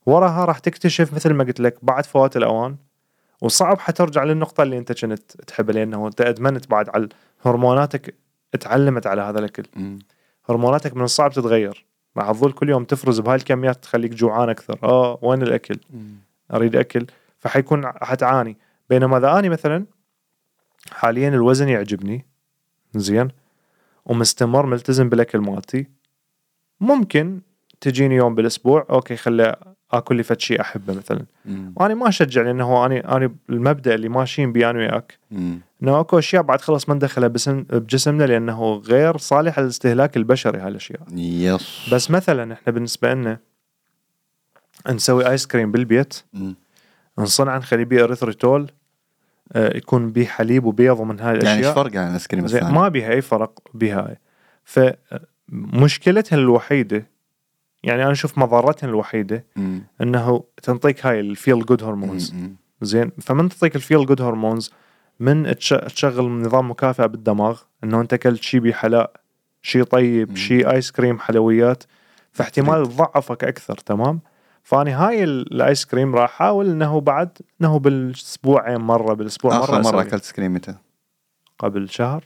وراها راح تكتشف مثل ما قلت لك بعد فوات الأوان، وصعب حترجع للنقطة اللي أنت كنت تحبها، لأنه أنت أدمنت بعد على هرموناتك، اتعلمت على هذا الأكل. هرموناتك من الصعب تتغير، مع تظل كل يوم تفرز بهاي الكميات تخليك جوعان أكثر. وين الأكل؟ أريد أكل، فحيكون حتعاني. بينما إذا أنا مثلا حاليا الوزن يعجبني زين ومستمر ملتزم بالأكل مالتي، ممكن تجيني يوم بالأسبوع أوكي خلي أكل لي فد شيء أحبه مثلا. وأنا ما أشجع، لأنه أنا المبدأ اللي ماشيين بيه أنا وياك إنه أكو أشياء بعد خلص ما ندخلها بجسمنا لأنه غير صالح للاستهلاك البشري هالأشياء. بس مثلا إحنا بالنسبة لنا نسوي آيس كريم بالبيت، نصنع نخلي بيه إريثروتول، يكون بيه حليب وبيض ومن هاي الأشياء. يعني إيش فرق عن الآيس كريم الثاني؟ ما بيها أي فرق بهاي. فمشكلتها الوحيدة يعني أنا أشوف مضارتها الوحيدة أنه تنطيك هاي الفيل جود هرمونز. زين، فمن تعطيك الفيل جود هرمونز من تشغل نظام مكافأة بالدماغ، أنه أنت أكلت شيء بحلاء، شيء طيب، شيء آيس كريم حلويات، فاحتمال تضعفك أكثر. تمام. فاني هاي الايس كريم راح احاول انه بعد انه بالاسبوعين مره، بالاسبوع مره. اخر مره اكلت ايس كريم متى؟ قبل شهر.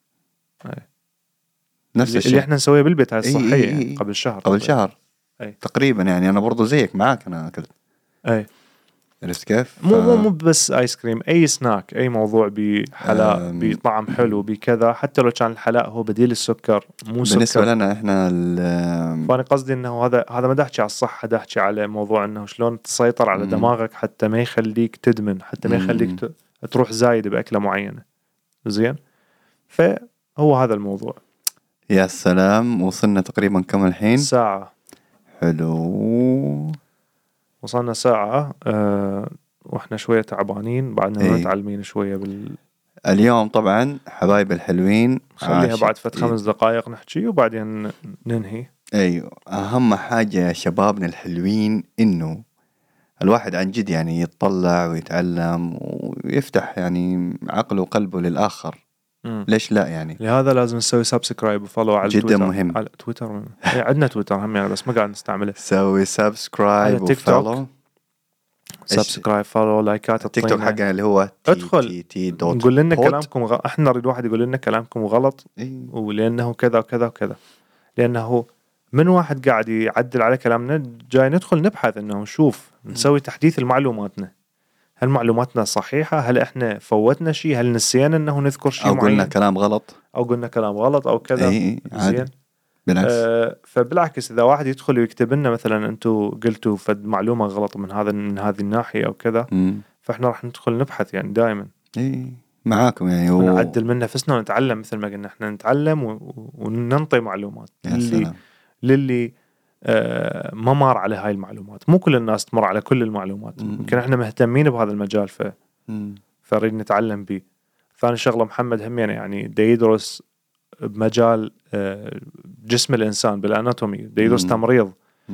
نفس الشيء اللي احنا نسويه بالبيت هاي الصحيه. يعني قبل شهر. قبل شهر أي. تقريبا. يعني انا برضو زيك معاك، انا اكلت. اي عرفت كيف؟ مو بس ايس كريم، اي سناك، اي موضوع بحلاء بطعم حلو بكذا، حتى لو كان الحلاء هو بديل السكر مو سكر. بالنسبه لنا احنا فانا قصدي انه هذا ما دحكي على الصحه، دحكي على موضوع انه شلون تسيطر على دماغك حتى ما يخليك تدمن، حتى ما يخليك تروح زايد باكله معينه. زين، فهو هذا الموضوع. يا سلام، وصلنا تقريبا كم الحين؟ ساعه. حلو، وصلنا ساعه. واحنا شويه تعبانين بعدنا متعلمين شويه اليوم طبعا حبايب الحلوين خليها بعد 5 دقائق نحكي وبعدين ننهي. ايوه، اهم حاجه يا شبابنا الحلوين انه الواحد عن جد يعني يتطلع ويتعلم ويفتح يعني عقله وقلبه للآخر. ليش لا؟ يعني لهذا لازم نسوي سبسكرايب وفولو على جدا تويتر. مهم. على تويتر عندنا تويتر هم يعني، بس ما قاعد نستعمله. سوي سبسكرايب وفولو، سبسكرايب فولو لايكات. التيك توك حقنا اللي هو ادخل نقول لنا كلامكم احنا نريد واحد يقول لنا كلامكم غلط. ولانه كذا وكذا وكذا، لانه من واحد قاعد يعدل على كلامنا جاي ندخل نبحث انه نشوف نسوي تحديث لمعلوماتنا. هل معلوماتنا صحيحة؟ هل احنا فوتنا شيء؟ هل نسينا انه نذكر شيء معين؟ او قلنا كلام غلط او كذا. زين. بالعكس. فبالعكس اذا واحد يدخل ويكتب لنا مثلا انتم قلتوا فد معلومة غلط من هذه الناحية او كذا، فاحنا راح ندخل نبحث يعني دائما. معاكم يعني ونعدل من نفسنا ونتعلم، مثل ما قلنا احنا نتعلم وننطي معلومات للي ما مر على هاي المعلومات. مو كل الناس تمر على كل المعلومات. يمكن احنا مهتمين بهذا المجال فريد نتعلم به. ثاني شغلة محمد هم يعني دا يدرس بمجال جسم الإنسان بالأناتومي، دا يدرس تمريض،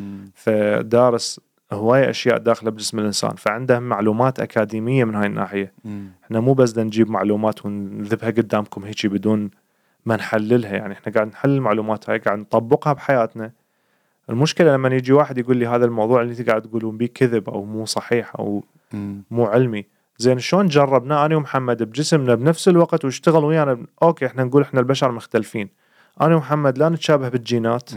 فدارس هواية أشياء داخلة بجسم الإنسان، فعنده معلومات أكاديمية من هاي الناحية. احنا مو بس نجيب معلومات ونذبها قدامكم هيك بدون ما نحللها. يعني احنا قاعد نحلل المعلومات هاي، قاعد نطبقها بحياتنا. المشكلة لما يجي واحد يقول لي هذا الموضوع اللي انت قاعد تقولون بيه كذب او مو صحيح او مو علمي. زين، شلون جربناه انا ومحمد بجسمنا بنفس الوقت واشتغل ويانا؟ اوكي احنا نقول احنا البشر مختلفين، انا ومحمد لا نتشابه بالجينات،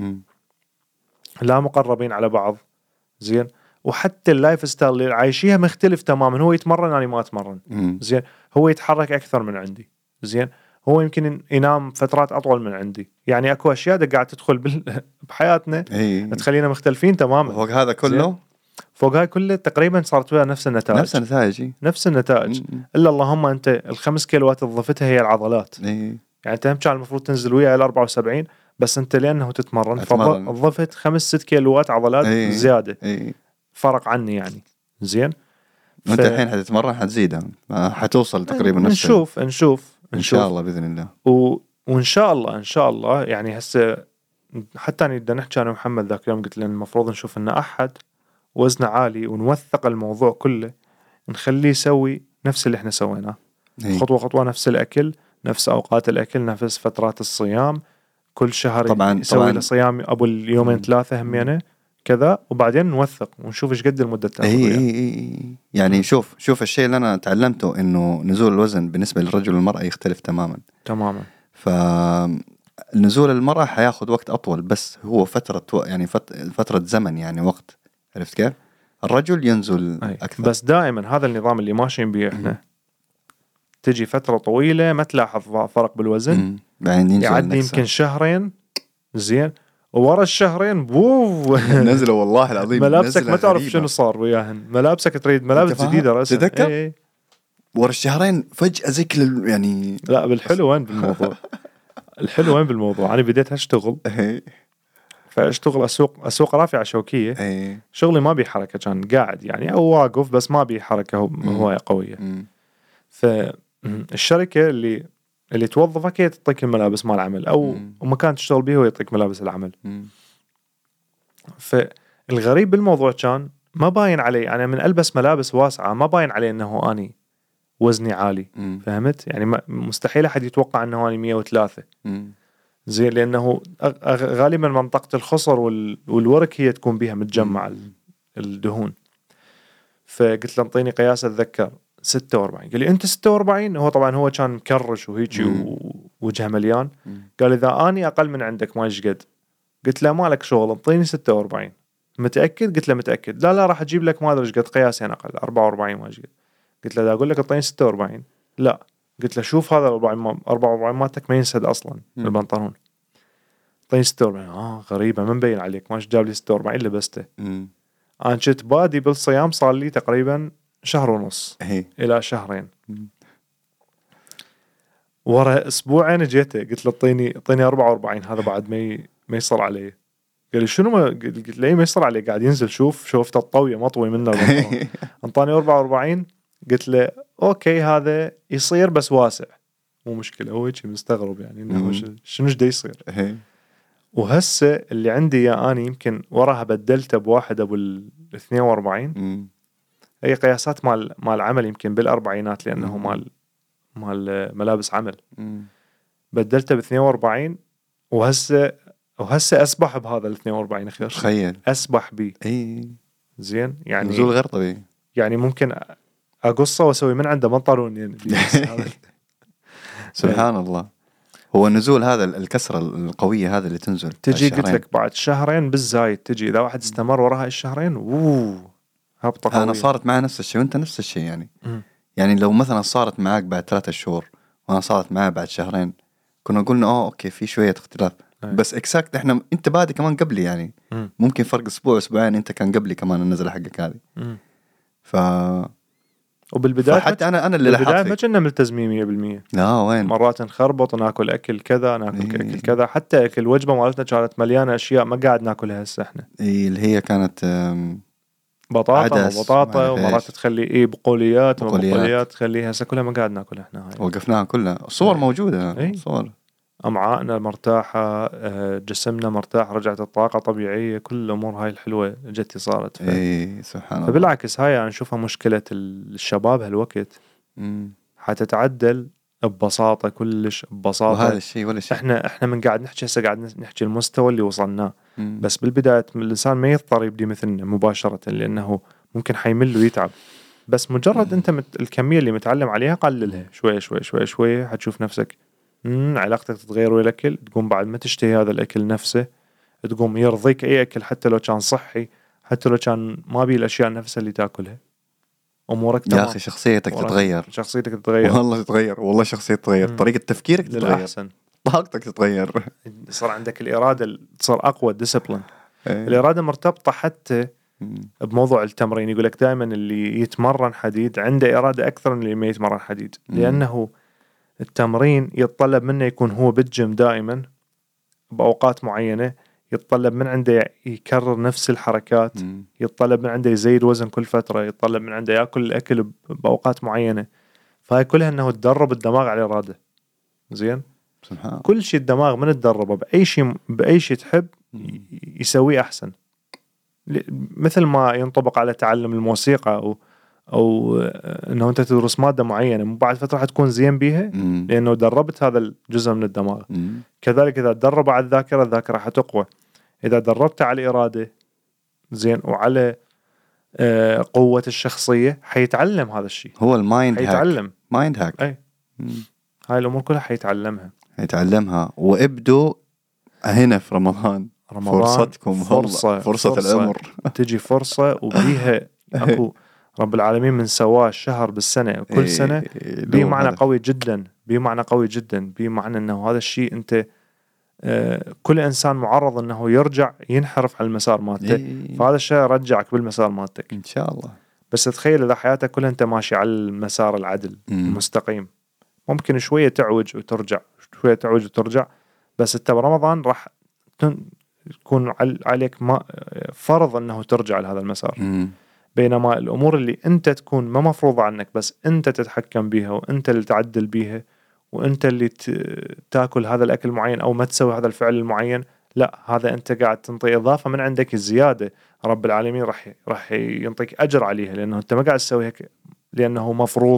لا مقربين على بعض. زين، وحتى اللايف ستايل اللي عايشيها مختلف تماما. هو يتمرن انا ما اتمرن. زين، هو يتحرك اكثر من عندي. زين، هو يمكن ينام فترات أطول من عندي. يعني أكو أشياء قاعد تدخل بحياتنا تخلينا مختلفين تماما. فوق هذا كله، فوق هاي كله تقريبا صارت ويا نفس النتائج. إلا اللهم أنت 5 كيلوات ضفتها هي العضلات. يعني أنت هم كان المفروض تنزل ويا 74، بس أنت لأنه تتمرن فضفت 5-6 كيلوات عضلات زيادة. فرق عني يعني. زين، وأنت الحين حتتمرن حتزيدها، حتوصل تقريبا نفس. نشوف إن شاء الله بإذن الله. وإن شاء الله يعني هسه حتى أنا بدنا نحكي أنا ومحمد ذاك اليوم قلت لنا المفروض نشوف إن أحد وزنه عالي ونوثق الموضوع كله، نخليه يسوي نفس اللي إحنا سويناه، خطوة خطوة، نفس الأكل، نفس أوقات الأكل، نفس فترات الصيام، كل شهر يسوي له صيام أبو اليومين 3 همينه. كذا، وبعدين نوثق ونشوف ايش قد المده تاخذ. يعني شوف الشيء اللي انا تعلمته انه نزول الوزن بالنسبه للرجل والمراه يختلف تماما. فنزول المراه حياخذ وقت اطول، بس هو فتره زمن، يعني وقت. عرفت كيف؟ الرجل ينزل اكثر. بس دائما هذا النظام اللي ماشيين به احنا، تجي فتره طويله ما تلاحظ فرق بالوزن، يعدي يمكن شهرين زين، وورا الشهرين نزلوا والله العظيم. ملابسك ما تعرف شنو صار وياهن، ملابسك تريد ملابس جديده رأسا. تذكر ورا الشهرين فجأة زي كل يعني. لا بالحلو وين بالموضوع الحلو وين بالموضوع، أنا بديت أشتغل فأشتغل أسوق رافعة شوكية. شغلي ما بي حركة، كان قاعد يعني أو واقف بس ما بي حركة، هواية قوية. فالشركة اللي توظفك هي تعطيك الملابس مال العمل، أو مكان تشتغل به هو يعطيك ملابس العمل. فالغريب بالموضوع كان ما باين علي أنا من ألبس ملابس واسعة ما باين علي أنه أني وزني عالي. فهمت يعني؟ مستحيل أحد يتوقع أنه أني 103 زين، لأنه غالبا منطقة الخصر والورك هي تكون بها متجمع الدهون. فقلت له انطيني قياس أتذكر 46. قال لي أنت 46؟ هو طبعا هو كان مكرش وهيجي ووجهه مليان. قال إذا أني أقل من عندك ما يشقد. قلت له مالك شغل، انطيني 46. متأكد؟ قلت له متأكد. لا راح أجيب لك ما أدري إيش قد قياسي أنا أقل 44 ما يشقد. قلت له دا أقول لك انطيني 46. لا قلت له شوف هذا 44 مالتك ما ينسد أصلا البنطلون. انطيني 46. غريبة ما مبين عليك، ماش جاب لي 46 لبسته. أنا كنت بادي بالصيام صار لي تقريبا شهر ونص إلى شهرين. ورا أسبوعين جيته قلت له اعطيني 44. هذا بعد ما يصل علي. قال لي شنو ما قلت له ما يصل علي، قاعد ينزل. شوفت الطوية مطوي منه البنطلون. انطاني 44. قلت له اوكي هذا يصير بس واسع مو مشكلة. هو هيك مستغرب يعني انه شنو جدي يصير. وهسه اللي عندي يا اني يمكن وراها بدلته بواحد ابو 42. هي قياسات مال عمل يمكن بالاربعينات، لانه مال ملابس عمل. بدلته ب 42 وهسه اسبح بهذا ال 42. اخير تخيل اسبح بيه. زين يعني نزول غير طبيعي. يعني ممكن اقصه واسوي من عنده بنطلون يعني. سبحان الله. هو نزول هذا الكسرة القوية هذا اللي تنزل تجي قلت لك بعد شهرين بالزايد تجي. إذا واحد استمر وراها الشهرين هبطة قوية. أنا صارت معي نفس الشيء وأنت نفس الشيء يعني. يعني لو مثلا صارت معك بعد 3 شهور وأنا صارت معي بعد شهرين كنا قلنا أوكي في شوية اختلاف. بس إكساكت أنت بادي كمان قبلي يعني. ممكن فرق أسبوع أسبوعين أنت كان قبلي كمان النزلة حقك هذه. وبالبداية حتى أنا اللي بالبداية ما كنا ملتزمين 100%. لا وين مرات نخربط ناكل أكل كذا ناكل أكل كذا. حتى أكل وجبة مالتنا كانت مليانة أشياء ما قاعد ناكلها هسه إحنا. اللي هي كانت بطاطا ومرات تخلي بقوليات تخليها هسه كلها ما قاعد ناكلها إحنا. هاي وقفناها كلها. الصور موجودة. صور أمعائنا مرتاحة، جسمنا مرتاح، رجعت الطاقة طبيعية. كل الأمور هاي الحلوة جتي صارت. سبحان الله. فبالعكس هاي أنا نشوفها مشكلة الشباب هالوقت. حتتعدل ببساطة، كلش ببساطة. وهذا الشيء ولا شيء. احنا من قاعد نحكي هسه قاعد نحكي المستوى اللي وصلناه. بس بالبداية الإنسان ما يضطر يبدي مثلنا مباشرة، لأنه ممكن حيمل ويتعب. بس مجرد أنت الكمية اللي متعلم عليها قللها شوية شوية شوية شوية حتشوف نفسك علاقتك تتغير ويا الأكل. تقوم بعد ما تشتهي هذا الأكل نفسه، تقوم يرضيك أي أكل حتى لو كان صحي، حتى لو كان ما بيه الأشياء نفسها اللي تأكلها. أمورك تمام. يا أخي شخصيتك تتغير. والله تتغير. والله شخصيتك تتغير. طريقة تفكيرك تتغير للأحسن. طاقتك تتغير. صار عندك الإرادة تصير أقوى. ديسيبلين. الإرادة مرتبطة حتى بموضوع التمرين. يقولك دائما اللي يتمرن حديد عنده إرادة أكثر من اللي ما يتمرن حديد. لأنه التمرين يتطلب منه يكون هو بالجيم دائما بأوقات معينة، يتطلب من عنده يكرر نفس الحركات، يتطلب من عنده يزيد وزن كل فترة، يتطلب من عنده يأكل الأكل بأوقات معينة. فهاي كلها أنه تدرب الدماغ على الإرادة. زين كل شيء الدماغ من تدربه بأي شيء تحب يسويه أحسن. مثل ما ينطبق على تعلم الموسيقى أو أنه أنت تدرس مادة معينة بعد فترة حتكون زين بيها لأنه دربت هذا الجزء من الدماغ. كذلك إذا تدرب على الذاكرة حتقوى. إذا دربت على الإرادة زين وعلى قوة الشخصية حيتعلم هذا الشيء. هو المايند هاك. حيتعلم مايند هاك. أي هاي الأمور كلها حيتعلمها. وابدوا هنا في رمضان فرصتكم. فرصة العمر. تجي فرصة وبيها أكو رب العالمين من سواه الشهر بالسنة كل سنة بيه معنى قوي جدا. بيه معنى أنه هذا الشيء أنت كل إنسان معرض أنه يرجع ينحرف على المسار مالته. فهذا الشيء يرجعك بالمسار مالتك إن شاء الله. بس تخيل إذا حياتك كلها أنت ماشي على المسار العدل المستقيم، ممكن شوية تعوج وترجع، بس أنت برمضان راح تكون عليك ما فرض أنه ترجع لهذا المسار. بينما الأمور اللي أنت تكون ما مفروضة عنك بس أنت تتحكم بيها وأنت اللي تعدل بيها وأنت اللي تاكل هذا الأكل معين أو ما تسوي هذا الفعل المعين، لا هذا أنت قاعد تنطي إضافة من عندك الزيادة. رب العالمين راح ينطيك أجر عليها، لأنه أنت ما قاعد تسويها لأنه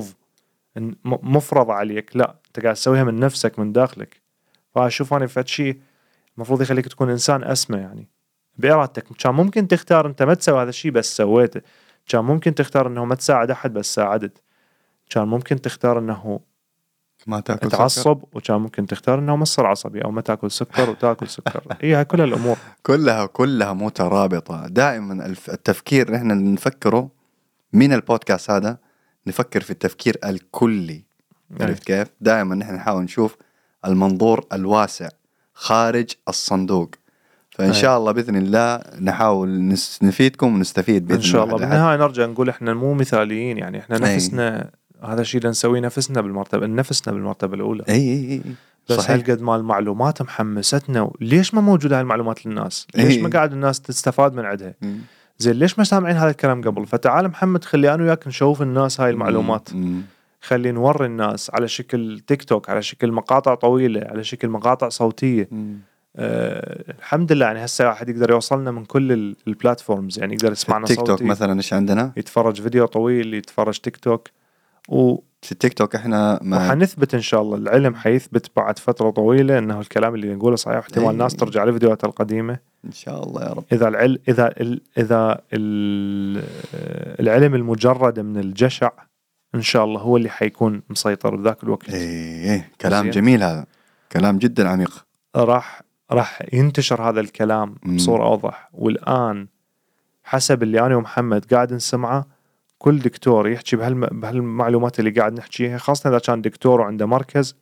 مفرض عليك، لا أنت قاعد تسويها من نفسك من داخلك. فأشوف أنا فهذا شيء المفروض يخليك تكون إنسان أسمى يعني بإرادتك. كان ممكن تختار أنت ما تسوي هذا الشيء بس سويته، كان ممكن تختار أنه ما تساعد أحد بس ساعدت، كان ممكن تختار أنه ما تاكل تعصب سكر. وكان ممكن تختار أنه ما تصير عصبي أو ما تاكل سكر وتاكل سكر. هي كل الأمور كلها مترابطة. دائما التفكير إحنا نفكره من البودكاست هذا نفكر في التفكير الكلي. عرفت كيف؟ دائما نحن نحاول نشوف المنظور الواسع خارج الصندوق. فإن شاء الله بإذن الله نحاول نفيدكم ونستفيد بإذن إن شاء الله. بالنهاية نرجع نقول إحنا مو مثاليين يعني، إحنا نفسنا هذا الشيء اللي نسويه نفسنا بالمرتبة الأولى. أي بس هالقد ما المعلومات محمستنا، ليش ما موجودة هالمعلومات للناس؟ ليش ما قاعد الناس تستفاد من عندها؟ زين ليش ما سامعين هذا الكلام قبل؟ فتعال محمد خلي أنا وياك نشوف الناس هاي المعلومات. خلي نوري الناس على شكل تيك توك، على شكل مقاطع طويلة، على شكل مقاطع صوتية. الحمد لله يعني هسه واحد يقدر يوصلنا من كل البلاتفورمز، يعني يقدر يسمعنا صوتي. تيك توك مثلا إيش عندنا؟ يتفرج فيديو طويل، يتفرج تيك توك. في التيك توك إحنا وحنثبت إن شاء الله، العلم حيثبت بعد فترة طويلة إنه الكلام اللي نقوله صحيح، واحتمال الناس ترجع لفيديوهات القديمة إن شاء الله يا رب. إذا العلم المجرد من الجشع إن شاء الله هو اللي حيكون مسيطر بذاك الوقت. كلام جميل، هذا كلام جدا عميق. راح ينتشر هذا الكلام بصورة أوضح. والآن حسب اللي أنا ومحمد قاعد نسمعه، كل دكتور يحكي بهالمعلومات اللي قاعد نحكيها، خاصة إذا كان دكتور وعنده مركز،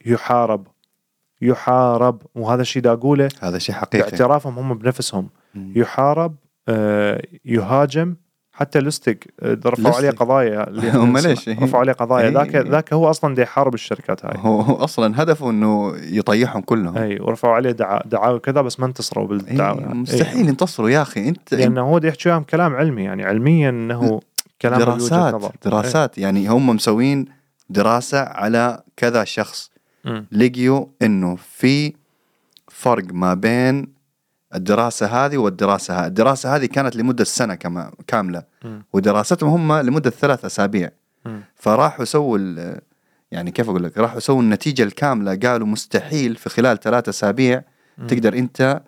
يحارب. وهذا الشيء دا أقوله، هذا شيء حقيقي، اعترافهم هم بنفسهم. يحارب، يهاجم. حتى لوستيك رفعوا عليه قضايا. هم ليش رفعوا عليه قضايا؟ ذاك هو أصلا دا يحارب الشركات هاي. هو أصلا هدفه إنه يطيحهم كلهم. ورفعوا عليه دعاوى كذا، بس ما انتصروا بالدعاوى. مستحيل ينتصروا يا أخي. لأنه هو دا يحكي كلام علمي، يعني علميا إنه كلام دراسات يعني هم مسوين دراسة على كذا شخص. لقيوا إنه في فرق ما بين الدراسة هذه والدراسة هذه. الدراسة هذه كانت لمدة سنة كاملة، ودراستهم هم لمدة 3 أسابيع. فراحوا سووا يعني كيف أقول لك، راحوا سووا النتيجة الكاملة. قالوا مستحيل في خلال 3 أسابيع تقدر أنت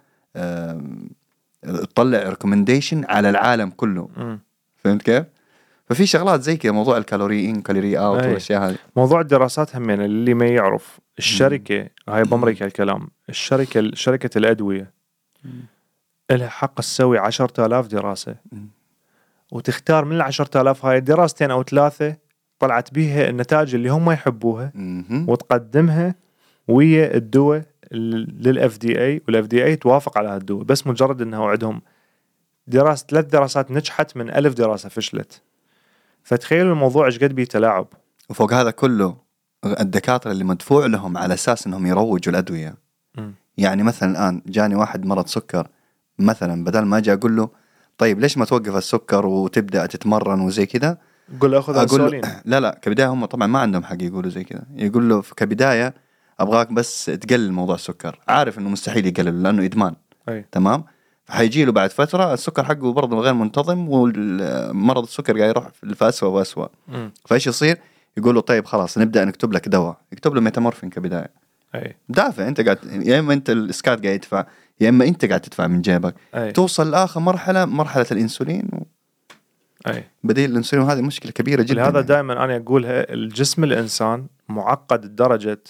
تطلع ريكومنديشن على العالم كله. فهمت كيف؟ ففي شغلات زي كده، موضوع الكالوري إن كالوري أوت والأشياء هذه. موضوع الدراسات همين اللي ما يعرف، الشركة هاي بأمريكا الكلام، شركة الأدوية لها حق تسوي 10,000 دراسة، وتختار من 10,000 هاي دراستين أو 3 طلعت بيها النتائج اللي هم يحبوها، وتقدمها ويا الدواء للFDA، والFDA توافق على هالدواء. بس مجرد أنه عندهم 3 دراسات نجحت من 1000 دراسة فشلت. فتخيلوا الموضوع إيش قد بيتلاعب. وفوق هذا كله الدكاترة اللي مدفوع لهم على أساس أنهم يروجوا الأدوية. يعني مثلا الآن جاني واحد مرض سكر مثلا، بدل ما أجي أقول له طيب ليش ما توقف السكر وتبدأ تتمرن وزي كذا، قل أخذ أنسولين. لا كبداية هم طبعا ما عندهم حق يقولوا زي كذا. يقول له كبداية أبغاك بس تقلل موضوع السكر. عارف إنه مستحيل يقلل لأنه إدمان. تمام. فحيجي له بعد فترة السكر حقه برضه غير منتظم، والمرض السكر قاعد يروح في أسوأ وأسوأ. فإيش يصير؟ يقول له طيب خلاص نبدأ نكتب لك دواء، يكتب له ميتامورفين كبداية. دافع. أنت قاعد يا إما أنت الإسكات قاعد يدفع، يا اما انت قاعد تدفع من جيبك. أي. توصل لاخر مرحله الانسولين أي. بديل الانسولين، وهذه مشكله كبيره جدا. هذا دائما انا اقولها، الجسم الانسان معقد لدرجه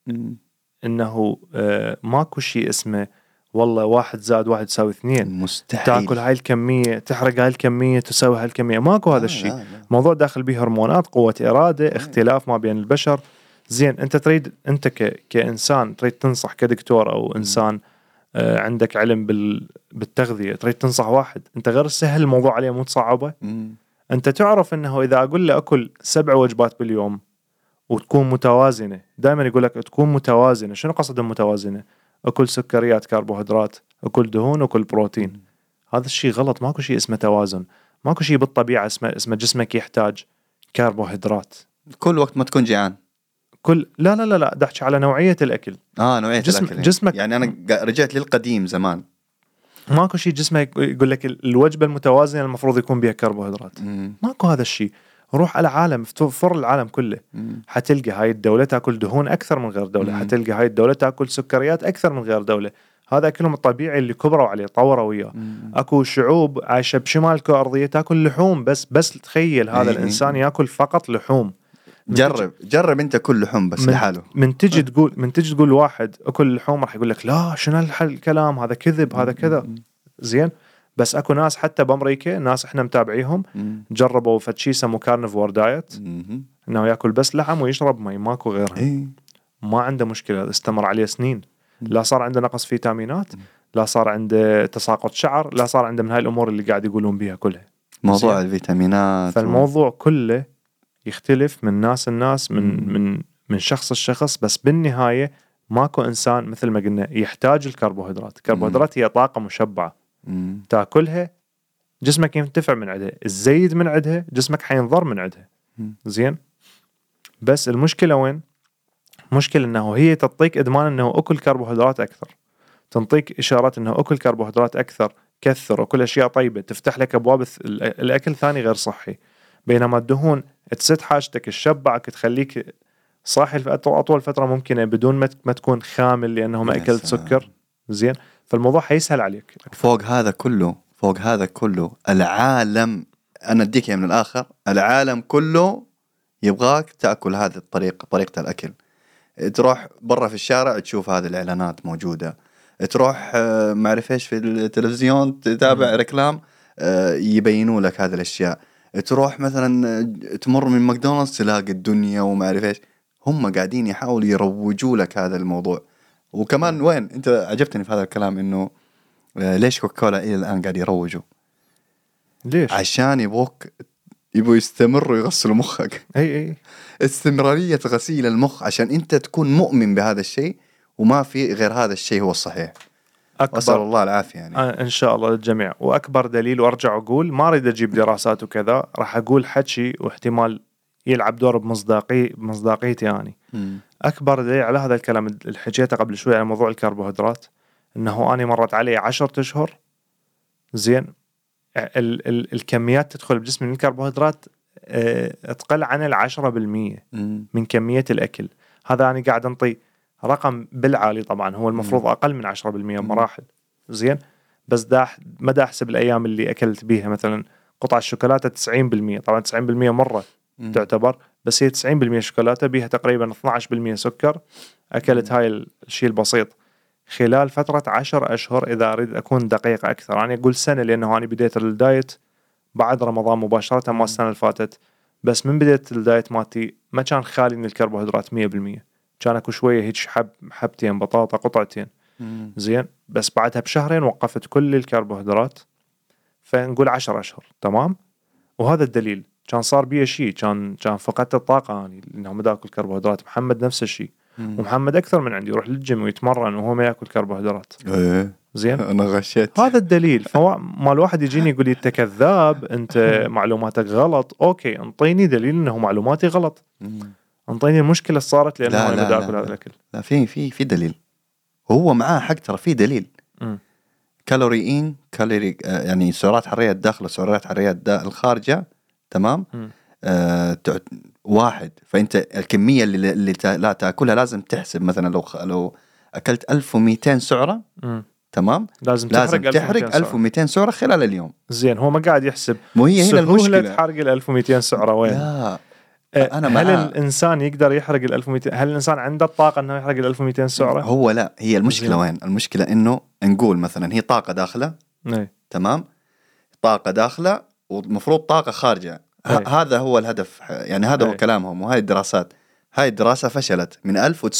انه ماكو شيء اسمه والله 1 زائد 1 يساوي 2. مستحيل تاكل هاي الكميه، تحرق هاي الكميه، تسوي هاي الكميه، ماكو هذا الشيء. موضوع داخل به هرمونات، قوه اراده، اختلاف ما بين البشر. زين، انت تريد، انت كانسان تريد تنصح كدكتور او انسان عندك علم بالتغذيه، تريد تنصح واحد، انت غير سهل الموضوع عليه، مو تصعبه. انت تعرف انه اذا اقول له اكل 7 وجبات باليوم وتكون متوازنه، دائما يقول لك تكون متوازنه. شنو قصد متوازنه؟ اكل سكريات، كربوهيدرات، اكل دهون، اكل بروتين. هذا الشيء غلط. ماكو شيء اسمه توازن، ماكو شيء بالطبيعه اسمه جسمك يحتاج كربوهيدرات كل وقت ما تكون جيعان. لا ده احكي على نوعيه الاكل. نوعيه الاكل جسمك يعني انا رجعت للقديم زمان. ماكو شيء جسمك يقول لك الوجبه المتوازنه المفروض يكون بها كربوهيدرات. ماكو هذا الشيء. روح على عالم، فر العالم كله، حتلقى هاي الدولة تأكل دهون أكثر من غير دولة، حتلقى هاي الدولة تأكل سكريات أكثر من غير دولة. هذا أكلهم الطبيعي اللي كبروا عليه، طوروا وياه. أكو شعوب عايشة بشمال الكرة الأرضية تأكل لحوم بس تخيل هذا الإنسان يأكل فقط لحوم. جرب أنت كل لحوم بس لحاله. من تجي تقول واحد أكل لحوم، راح يقول لك لا، شنو الكلام هذا، كذب، هذا كذا. زين، بس اكو ناس حتى بامريكا، ناس احنا متابعيهم، جربوا فتشي يسموه كارنيفور دايت، انه ياكل بس لحم ويشرب مي، ماكو غيرها. ما عنده مشكله، استمر عليه سنين. لا صار عنده نقص فيتامينات، لا صار عنده تساقط شعر، لا صار عنده من هاي الامور اللي قاعد يقولون بيها كلها. موضوع الفيتامينات فالموضوع كله يختلف من ناس الناس، من شخص الشخص. بس بالنهايه ماكو انسان مثل ما قلنا يحتاج الكربوهيدرات. الكربوهيدرات هي طاقه مشبعه، تاكلها جسمك ينتفع من عندها، الزيد من عندها جسمك حينضر من عندها. زين، بس المشكله وين؟ مشكلة انه هي تعطيك ادمان انه اكل كربوهيدرات اكثر، تنطيك اشارات انه اكل كربوهيدرات اكثر، كثر وكل اشياء طيبه، تفتح لك ابواب الاكل ثاني غير صحي. بينما الدهون تسد حاجتك، تشبعك، تخليك صاحي اطول فتره ممكنه بدون ما تكون خامل لانه ما اكلت سكر. زين، فالموضوع حيسهل عليك. فوق هذا كله العالم، انا اديك من الاخر، العالم كله يبغاك تاكل هذه طريقه الاكل. تروح برا في الشارع تشوف هذه الاعلانات موجوده، تروح ما اعرف ايش في التلفزيون تتابع ركلام يبينوا لك هذه الاشياء، تروح مثلا تمر من ماكدونالدز تلاقي الدنيا وما اعرف ايش. هم قاعدين يحاولوا يروجوا لك هذا الموضوع. وكمان وين انت عجبتني في هذا الكلام انه ليش كوكاكولا الى الان قاعد يروجوا؟ ليش؟ عشان يبغوا يستمروا يغسلوا مخك. اي استمرارية غسيل المخ عشان انت تكون مؤمن بهذا الشيء وما في غير هذا الشيء هو الصحيح. أسأل الله العافية يعني. إن شاء الله للجميع. وأكبر دليل، وأرجع أقول ما أريد أجيب دراسات وكذا، راح أقول حكي واحتمال يلعب دور بمصداقيتي يعني. أكبر دليل على هذا الكلام اللي حكيته قبل شوي على موضوع الكربوهيدرات، إنه أنا مرت علي 10 أشهر زين الكميات تدخل بجسمي من الكربوهيدرات تقل عن 10% من كمية الأكل. هذا أنا قاعد أنطي رقم بالعالي، طبعا هو المفروض أقل من 10% بمراحل. زين، بس ما دا أحسب الأيام اللي أكلت بيها مثلا قطعة الشوكولاتة 90%. طبعا 90% مرة تعتبر، بس هي 90% شوكولاتة بيها تقريبا 12% سكر. أكلت هاي الشيء البسيط خلال فترة 10 أشهر. إذا أريد أكون دقيق أكثر أنا أقول سنة، لأنه أنا بديت الدايت بعد رمضان مباشرة ما السنة اللي فاتت. بس من بداية الدايت مالتي ما كان خالي من الكربوهيدرات 100%. كان أكو شوية هيك حبتين بطاطا، قطعتين. زين، بس بعدها بشهرين وقفت كل الكربوهيدرات. فنقول 10 أشهر تمام. وهذا الدليل كان صار بيه شيء، كان فقدت الطاقة يعني لأنه ما أكل كربوهيدرات. محمد نفس الشيء، ومحمد أكثر من عندي يروح للجيم ويتمرن وهو ما يأكل كربوهيدرات. زين، أنا غشيت. هذا الدليل. ما الواحد يجيني يقول لي أنت كذاب، أنت معلوماتك غلط. أوكي، انطيني دليل إنه معلوماتي غلط. انطيني المشكلة صارت لأنه أنا بدي أكل هذا الأكل. لا، في دليل. هو معاه حق، ترى في دليل. كالوري إن كالوري يعني سعرات حرارية الداخل وسعرات حرارية الخارجة. تمام. واحد. فأنت الكمية اللي لا تأكلها لازم تحسب. مثلا لو أكلت 1200 سعرة تمام، لازم تحرق 1200 سعرة خلال اليوم. زين هو ما قاعد يحسب مو هي هنا المشكلة حرق ال 1200 سعرة وين. لا هل الإنسان يقدر يحرق ال 1200؟ هل الإنسان عنده الطاقة إنه يحرق ال 1200 سعرة؟ هو لا، هي المشكلة وين؟ المشكلة إنه نقول مثلا هي طاقة داخلة تمام، طاقة داخلة ومفروض طاقة خارجة. هذا هو الهدف يعني، هذا هو كلامهم. وهاي الدراسات، هاي الدراسة فشلت من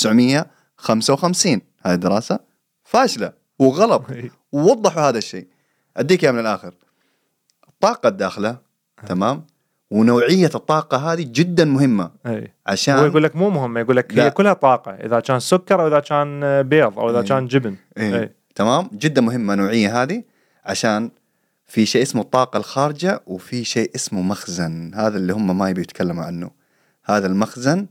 1955. هاي الدراسة فاشلة وغلط ووضحوا هذا الشيء. أديك من الآخر، الطاقة الداخلة تمام، ونوعية الطاقة هذه جدا مهمة. عشان هو يقول لك مو مهمة، يقول لك هي كلها طاقة، إذا كان سكر أو إذا كان بيض أو إذا كان جبن. تمام، جدا مهمة النوعية هذه، عشان في شيء اسمه الطاقة الخارجة وفي شيء اسمه مخزن. هذا اللي هم ما يبي يتكلموا عنه. هذا المخزن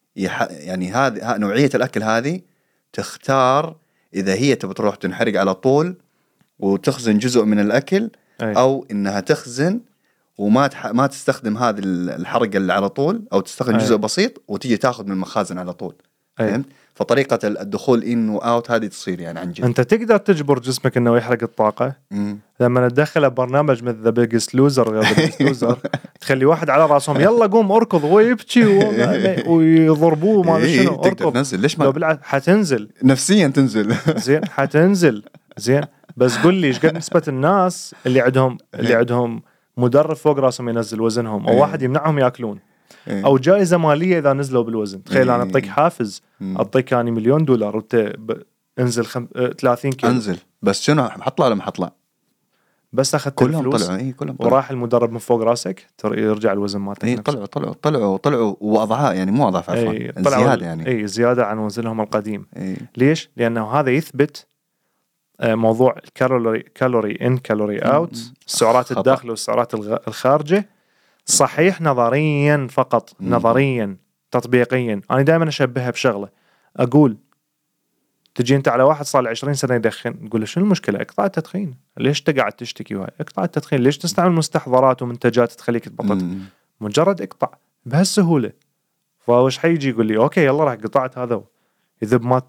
يعني هذه نوعية الأكل هذه تختار إذا هي تبي تروح تنحرق على طول وتخزن جزء من الأكل، أو إنها تخزن وما تستخدم هذا الحرق اللي على طول، أو تستخدم جزء بسيط وتيجي تأخذ من المخازن على طول. فهمت؟ فطريقة الدخول إن وأوت هذه تصير يعني عن جد. أنت تقدر تجبر جسمك إنه يحرق الطاقة لما ندخله برنامج مثل The Biggest Loser غير The Biggest Loser تخلي واحد على رأسهم يلا قوم أركض، هو يبكي ويضربوه ما شنو أركض. تنزل ليش ما حتنزل نفسيا تنزل زين حتنزل زين. بس قل لي إيش قد نسبة الناس اللي عندهم مدرب فوق راسهم ينزل وزنهم، أو واحد يمنعهم يأكلون، أو جائزة مالية إذا نزلوا بالوزن. تخيل أنا أعطيك حافز، أعطيك يعني $1,000,000 وأنت انزل 30 كيلو. انزل بس شنو حطلع ولا ما حطلع؟ بس أخذت الفلوس كلهم وراح المدرب من فوق راسك يرجع الوزن مالتك. طلعوا وأضعاء يعني، مو أضعاف زيادة يعني. زيادة عن وزنهم القديم. ليش؟ لأنه هذا يثبت موضوع كالوري إن كالوري أوت، السعرات الداخل والسعرات الخارجة. صحيح نظريا فقط، نظريا تطبيقيا أنا دائما أشبهها بشغلة. أقول تجي أنت على واحد صار 20 سنة يدخن، تقول له شنو المشكلة؟ اقطع التدخين. ليش تقعد تشتكي وهاي؟ اقطع التدخين. ليش تستعمل مستحضرات ومنتجات تخليك تبطل؟ مجرد اقطع بهالسهولة. فوش حيجي يقول لي أوكي يلا راح قطعت هذا، يذب مات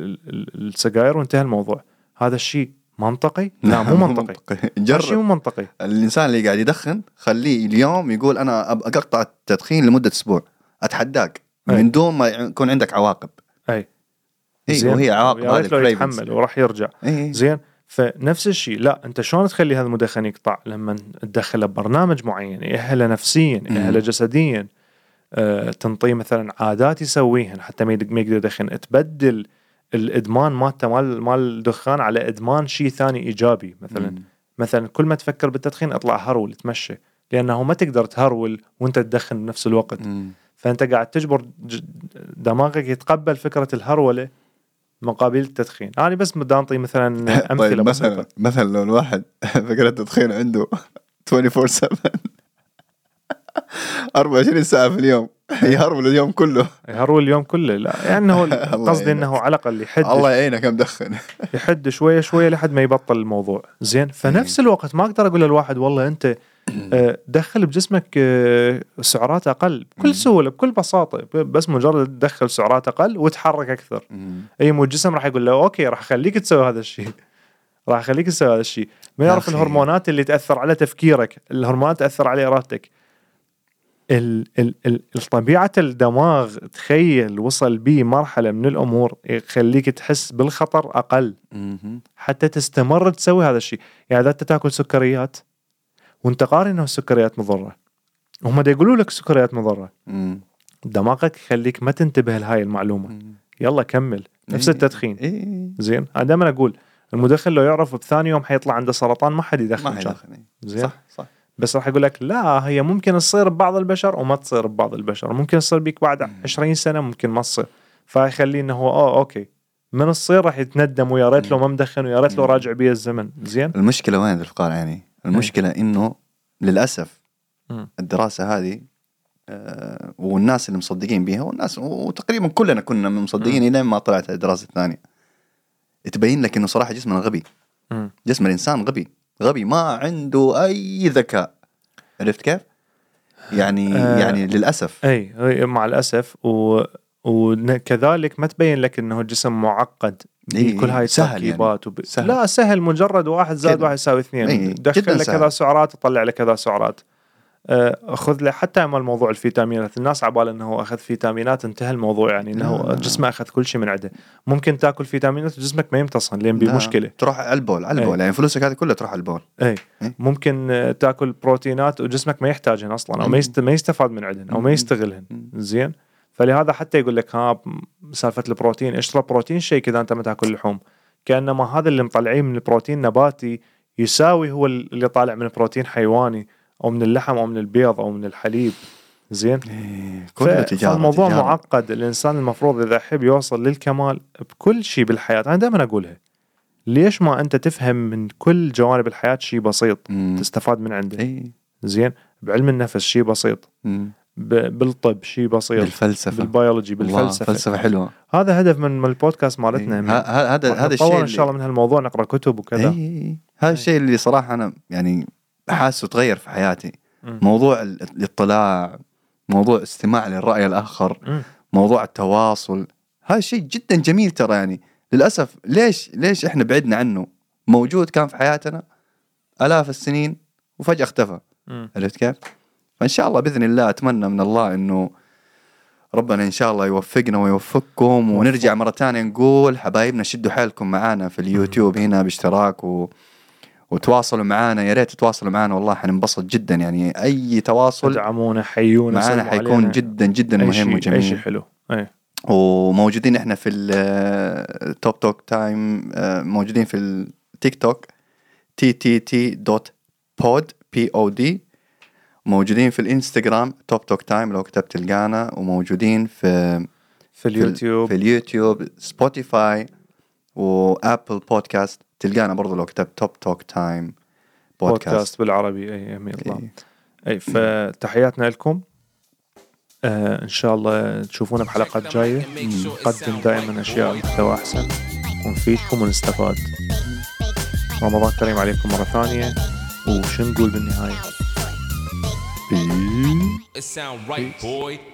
السجاير وانتهى الموضوع. هذا الشيء منطقي؟ لا مو منطقي. جرب. مو منطقي. الإنسان اللي قاعد يدخن خليه اليوم يقول أنا أقطع التدخين لمدة أسبوع، أتحداك من دون ما يكون عندك عواقب. وهي عواقب هذه يتحمل وراح يرجع. زين. فنفس الشيء، لا أنت شلون تخلي هذا المدخن يقطع؟ لما تدخله ببرنامج معين يأهله نفسيا، يأهله جسديا، تنطيه مثلا عادات يسويهن حتى ما يقدر يدخن. تبدل الإدمان مال الدخان على إدمان شيء ثاني إيجابي. مثلا كل ما تفكر بالتدخين اطلع هرول تمشي، لأنه ما تقدر تهرول وانت تدخن بنفس الوقت. فأنت قاعد تجبر دماغك يتقبل فكرة الهرولة مقابل التدخين. أنا بس بدي أنطي مثلا أمثلة. مثلا لو الواحد فكرة التدخين عنده 24/7 24 ساعة في اليوم، يهرول اليوم كله. لا يعني هو قصدي انه على الاقل يحد، الله يعينك مدخن، يحد شويه لحد ما يبطل الموضوع. زين. فنفس الوقت ما اقدر اقول للواحد والله انت دخل بجسمك سعرات اقل بكل سهوله بكل بساطه، بس مجرد تدخل سعرات اقل وتحرك اكثر. اي مو الجسم راح يقول له اوكي راح اخليك تسوي هذا الشيء، ما يعرف الهرمونات اللي تاثر على تفكيرك، الهرمونات تاثر على ارادتك. الطبيعة الدماغ تخيل وصل بيه مرحلة من الأمور يخليك تحس بالخطر أقل حتى تستمر تسوي هذا الشيء. يعني إذا أنت تأكل سكريات وانت قارن أنه السكريات مضرة، وهم دا يقولوا لك السكريات مضرة، دماغك يخليك ما تنتبه لهاي المعلومة. يلا كمل. نفس التدخين. زين. أنا دائما أقول المدخن لو يعرف بثاني يوم حيطلع عنده سرطان ما حد يدخن. زين. صح. بس راح يقول لك لا هي ممكن تصير ببعض البشر وما تصير ببعض البشر، ممكن تصير بيك بعد 20 سنة ممكن ما تصير. فيخلي انه هو اوكي من الصير راح يتندم ويا ريت له ما مدخن ويا ريت له راجع بيه الزمن. زين. المشكلة وين الفقار يعني؟ المشكلة انه للأسف الدراسة هذه والناس اللي مصدقين بيها، والناس وتقريبا كلنا كنا مصدقين إلى ما طلعت الدراسة الثانية تبين لك انه صراحة جسمنا غبي. جسم الإنسان غبي ما عنده أي ذكاء. عرفت كيف؟ يعني للأسف. أي مع الأسف. وكذلك ما تبين لك إنه الجسم معقد كل هاي سهل التركيبات يعني. سهل. لا سهل، مجرد 1 زائد 1 يساوي 2. دخل لك كذا سعرات وطلع لك كذا سعرات. أخذ له حتى مال موضوع الفيتامينات. الناس عبال أنه أخذ فيتامينات انتهى الموضوع، يعني أنه جسمه أخذ كل شيء من عنده. ممكن تأكل فيتامينات وجسمك ما يمتصن لين بمشكلة تروح على البول يعني فلوسك هذه كلها تروح على البول. ممكن تأكل بروتينات وجسمك ما يحتاجهن أصلا، أو ما يستفاد من عندهن، أو ما يستغلهن. زين، فلهذا حتى يقول لك سالفة البروتين، اشرب بروتين شيك إذا أنت ما تأكل لحوم، كأنما هذا اللي مطلعين من البروتين نباتي يساوي هو اللي طالع من البروتين حيواني، أو من اللحم، أو من البيض، أو من الحليب. زين، فالموضوع معقد. الإنسان المفروض إذا يحب يوصل للكمال بكل شيء بالحياة، أنا دائما أقولها، ليش ما أنت تفهم من كل جوانب الحياة شيء بسيط تستفاد من عنده. زين، بعلم النفس شيء بسيط، بالطب شيء بسيط، بالفلسفة، بالبيولوجي، بالفلسفة. فلسفة حلوة. هذا هدف من البودكاست مالتنا. هذا الشيء إن شاء الله من هالموضوع نقرأ كتب وكذا. هذا الشيء اللي صراحة أنا يعني حاسه تغير في حياتي. موضوع الاطلاع، موضوع استماع للرأي الآخر، موضوع التواصل، هذا شيء جدا جميل ترى. يعني للأسف ليش إحنا بعدنا عنه؟ موجود كان في حياتنا آلاف السنين وفجأة اختفى. عرفت كيف؟ فإن شاء الله بإذن الله أتمنى من الله إنه ربنا إن شاء الله يوفقنا ويوفقكم، ونرجع مرة تانية نقول حبايبنا شدوا حالكم معانا في اليوتيوب هنا باشتراك وتواصلوا معانا. يا ريت تتواصلوا معانا، والله حننبسط جدا. يعني أي تواصل ادعمونا، حيونا معانا حيكون جدا جدا مهم وجميل. أي شيء حلو. وموجودين إحنا في التوب توك تايم، موجودين في التيك توك ttt.pod pod، موجودين في الانستغرام توب توك تايم لو كتبت تلقانا، وموجودين في اليوتيوب سبوتيفاي وابل بودكاست تلقانا برضو لو كتبت توب توك تايم بودكاست بالعربي. اي امين الله. اي فتحياتنا لكم. ان شاء الله تشوفونا بحلقات جايه، نقدم دائما اشياء محتوى احسن ونفيدكم ونستفاد. رمضان كريم عليكم مره ثانيه. وش نقول بالنهايه؟ It sound right, boy.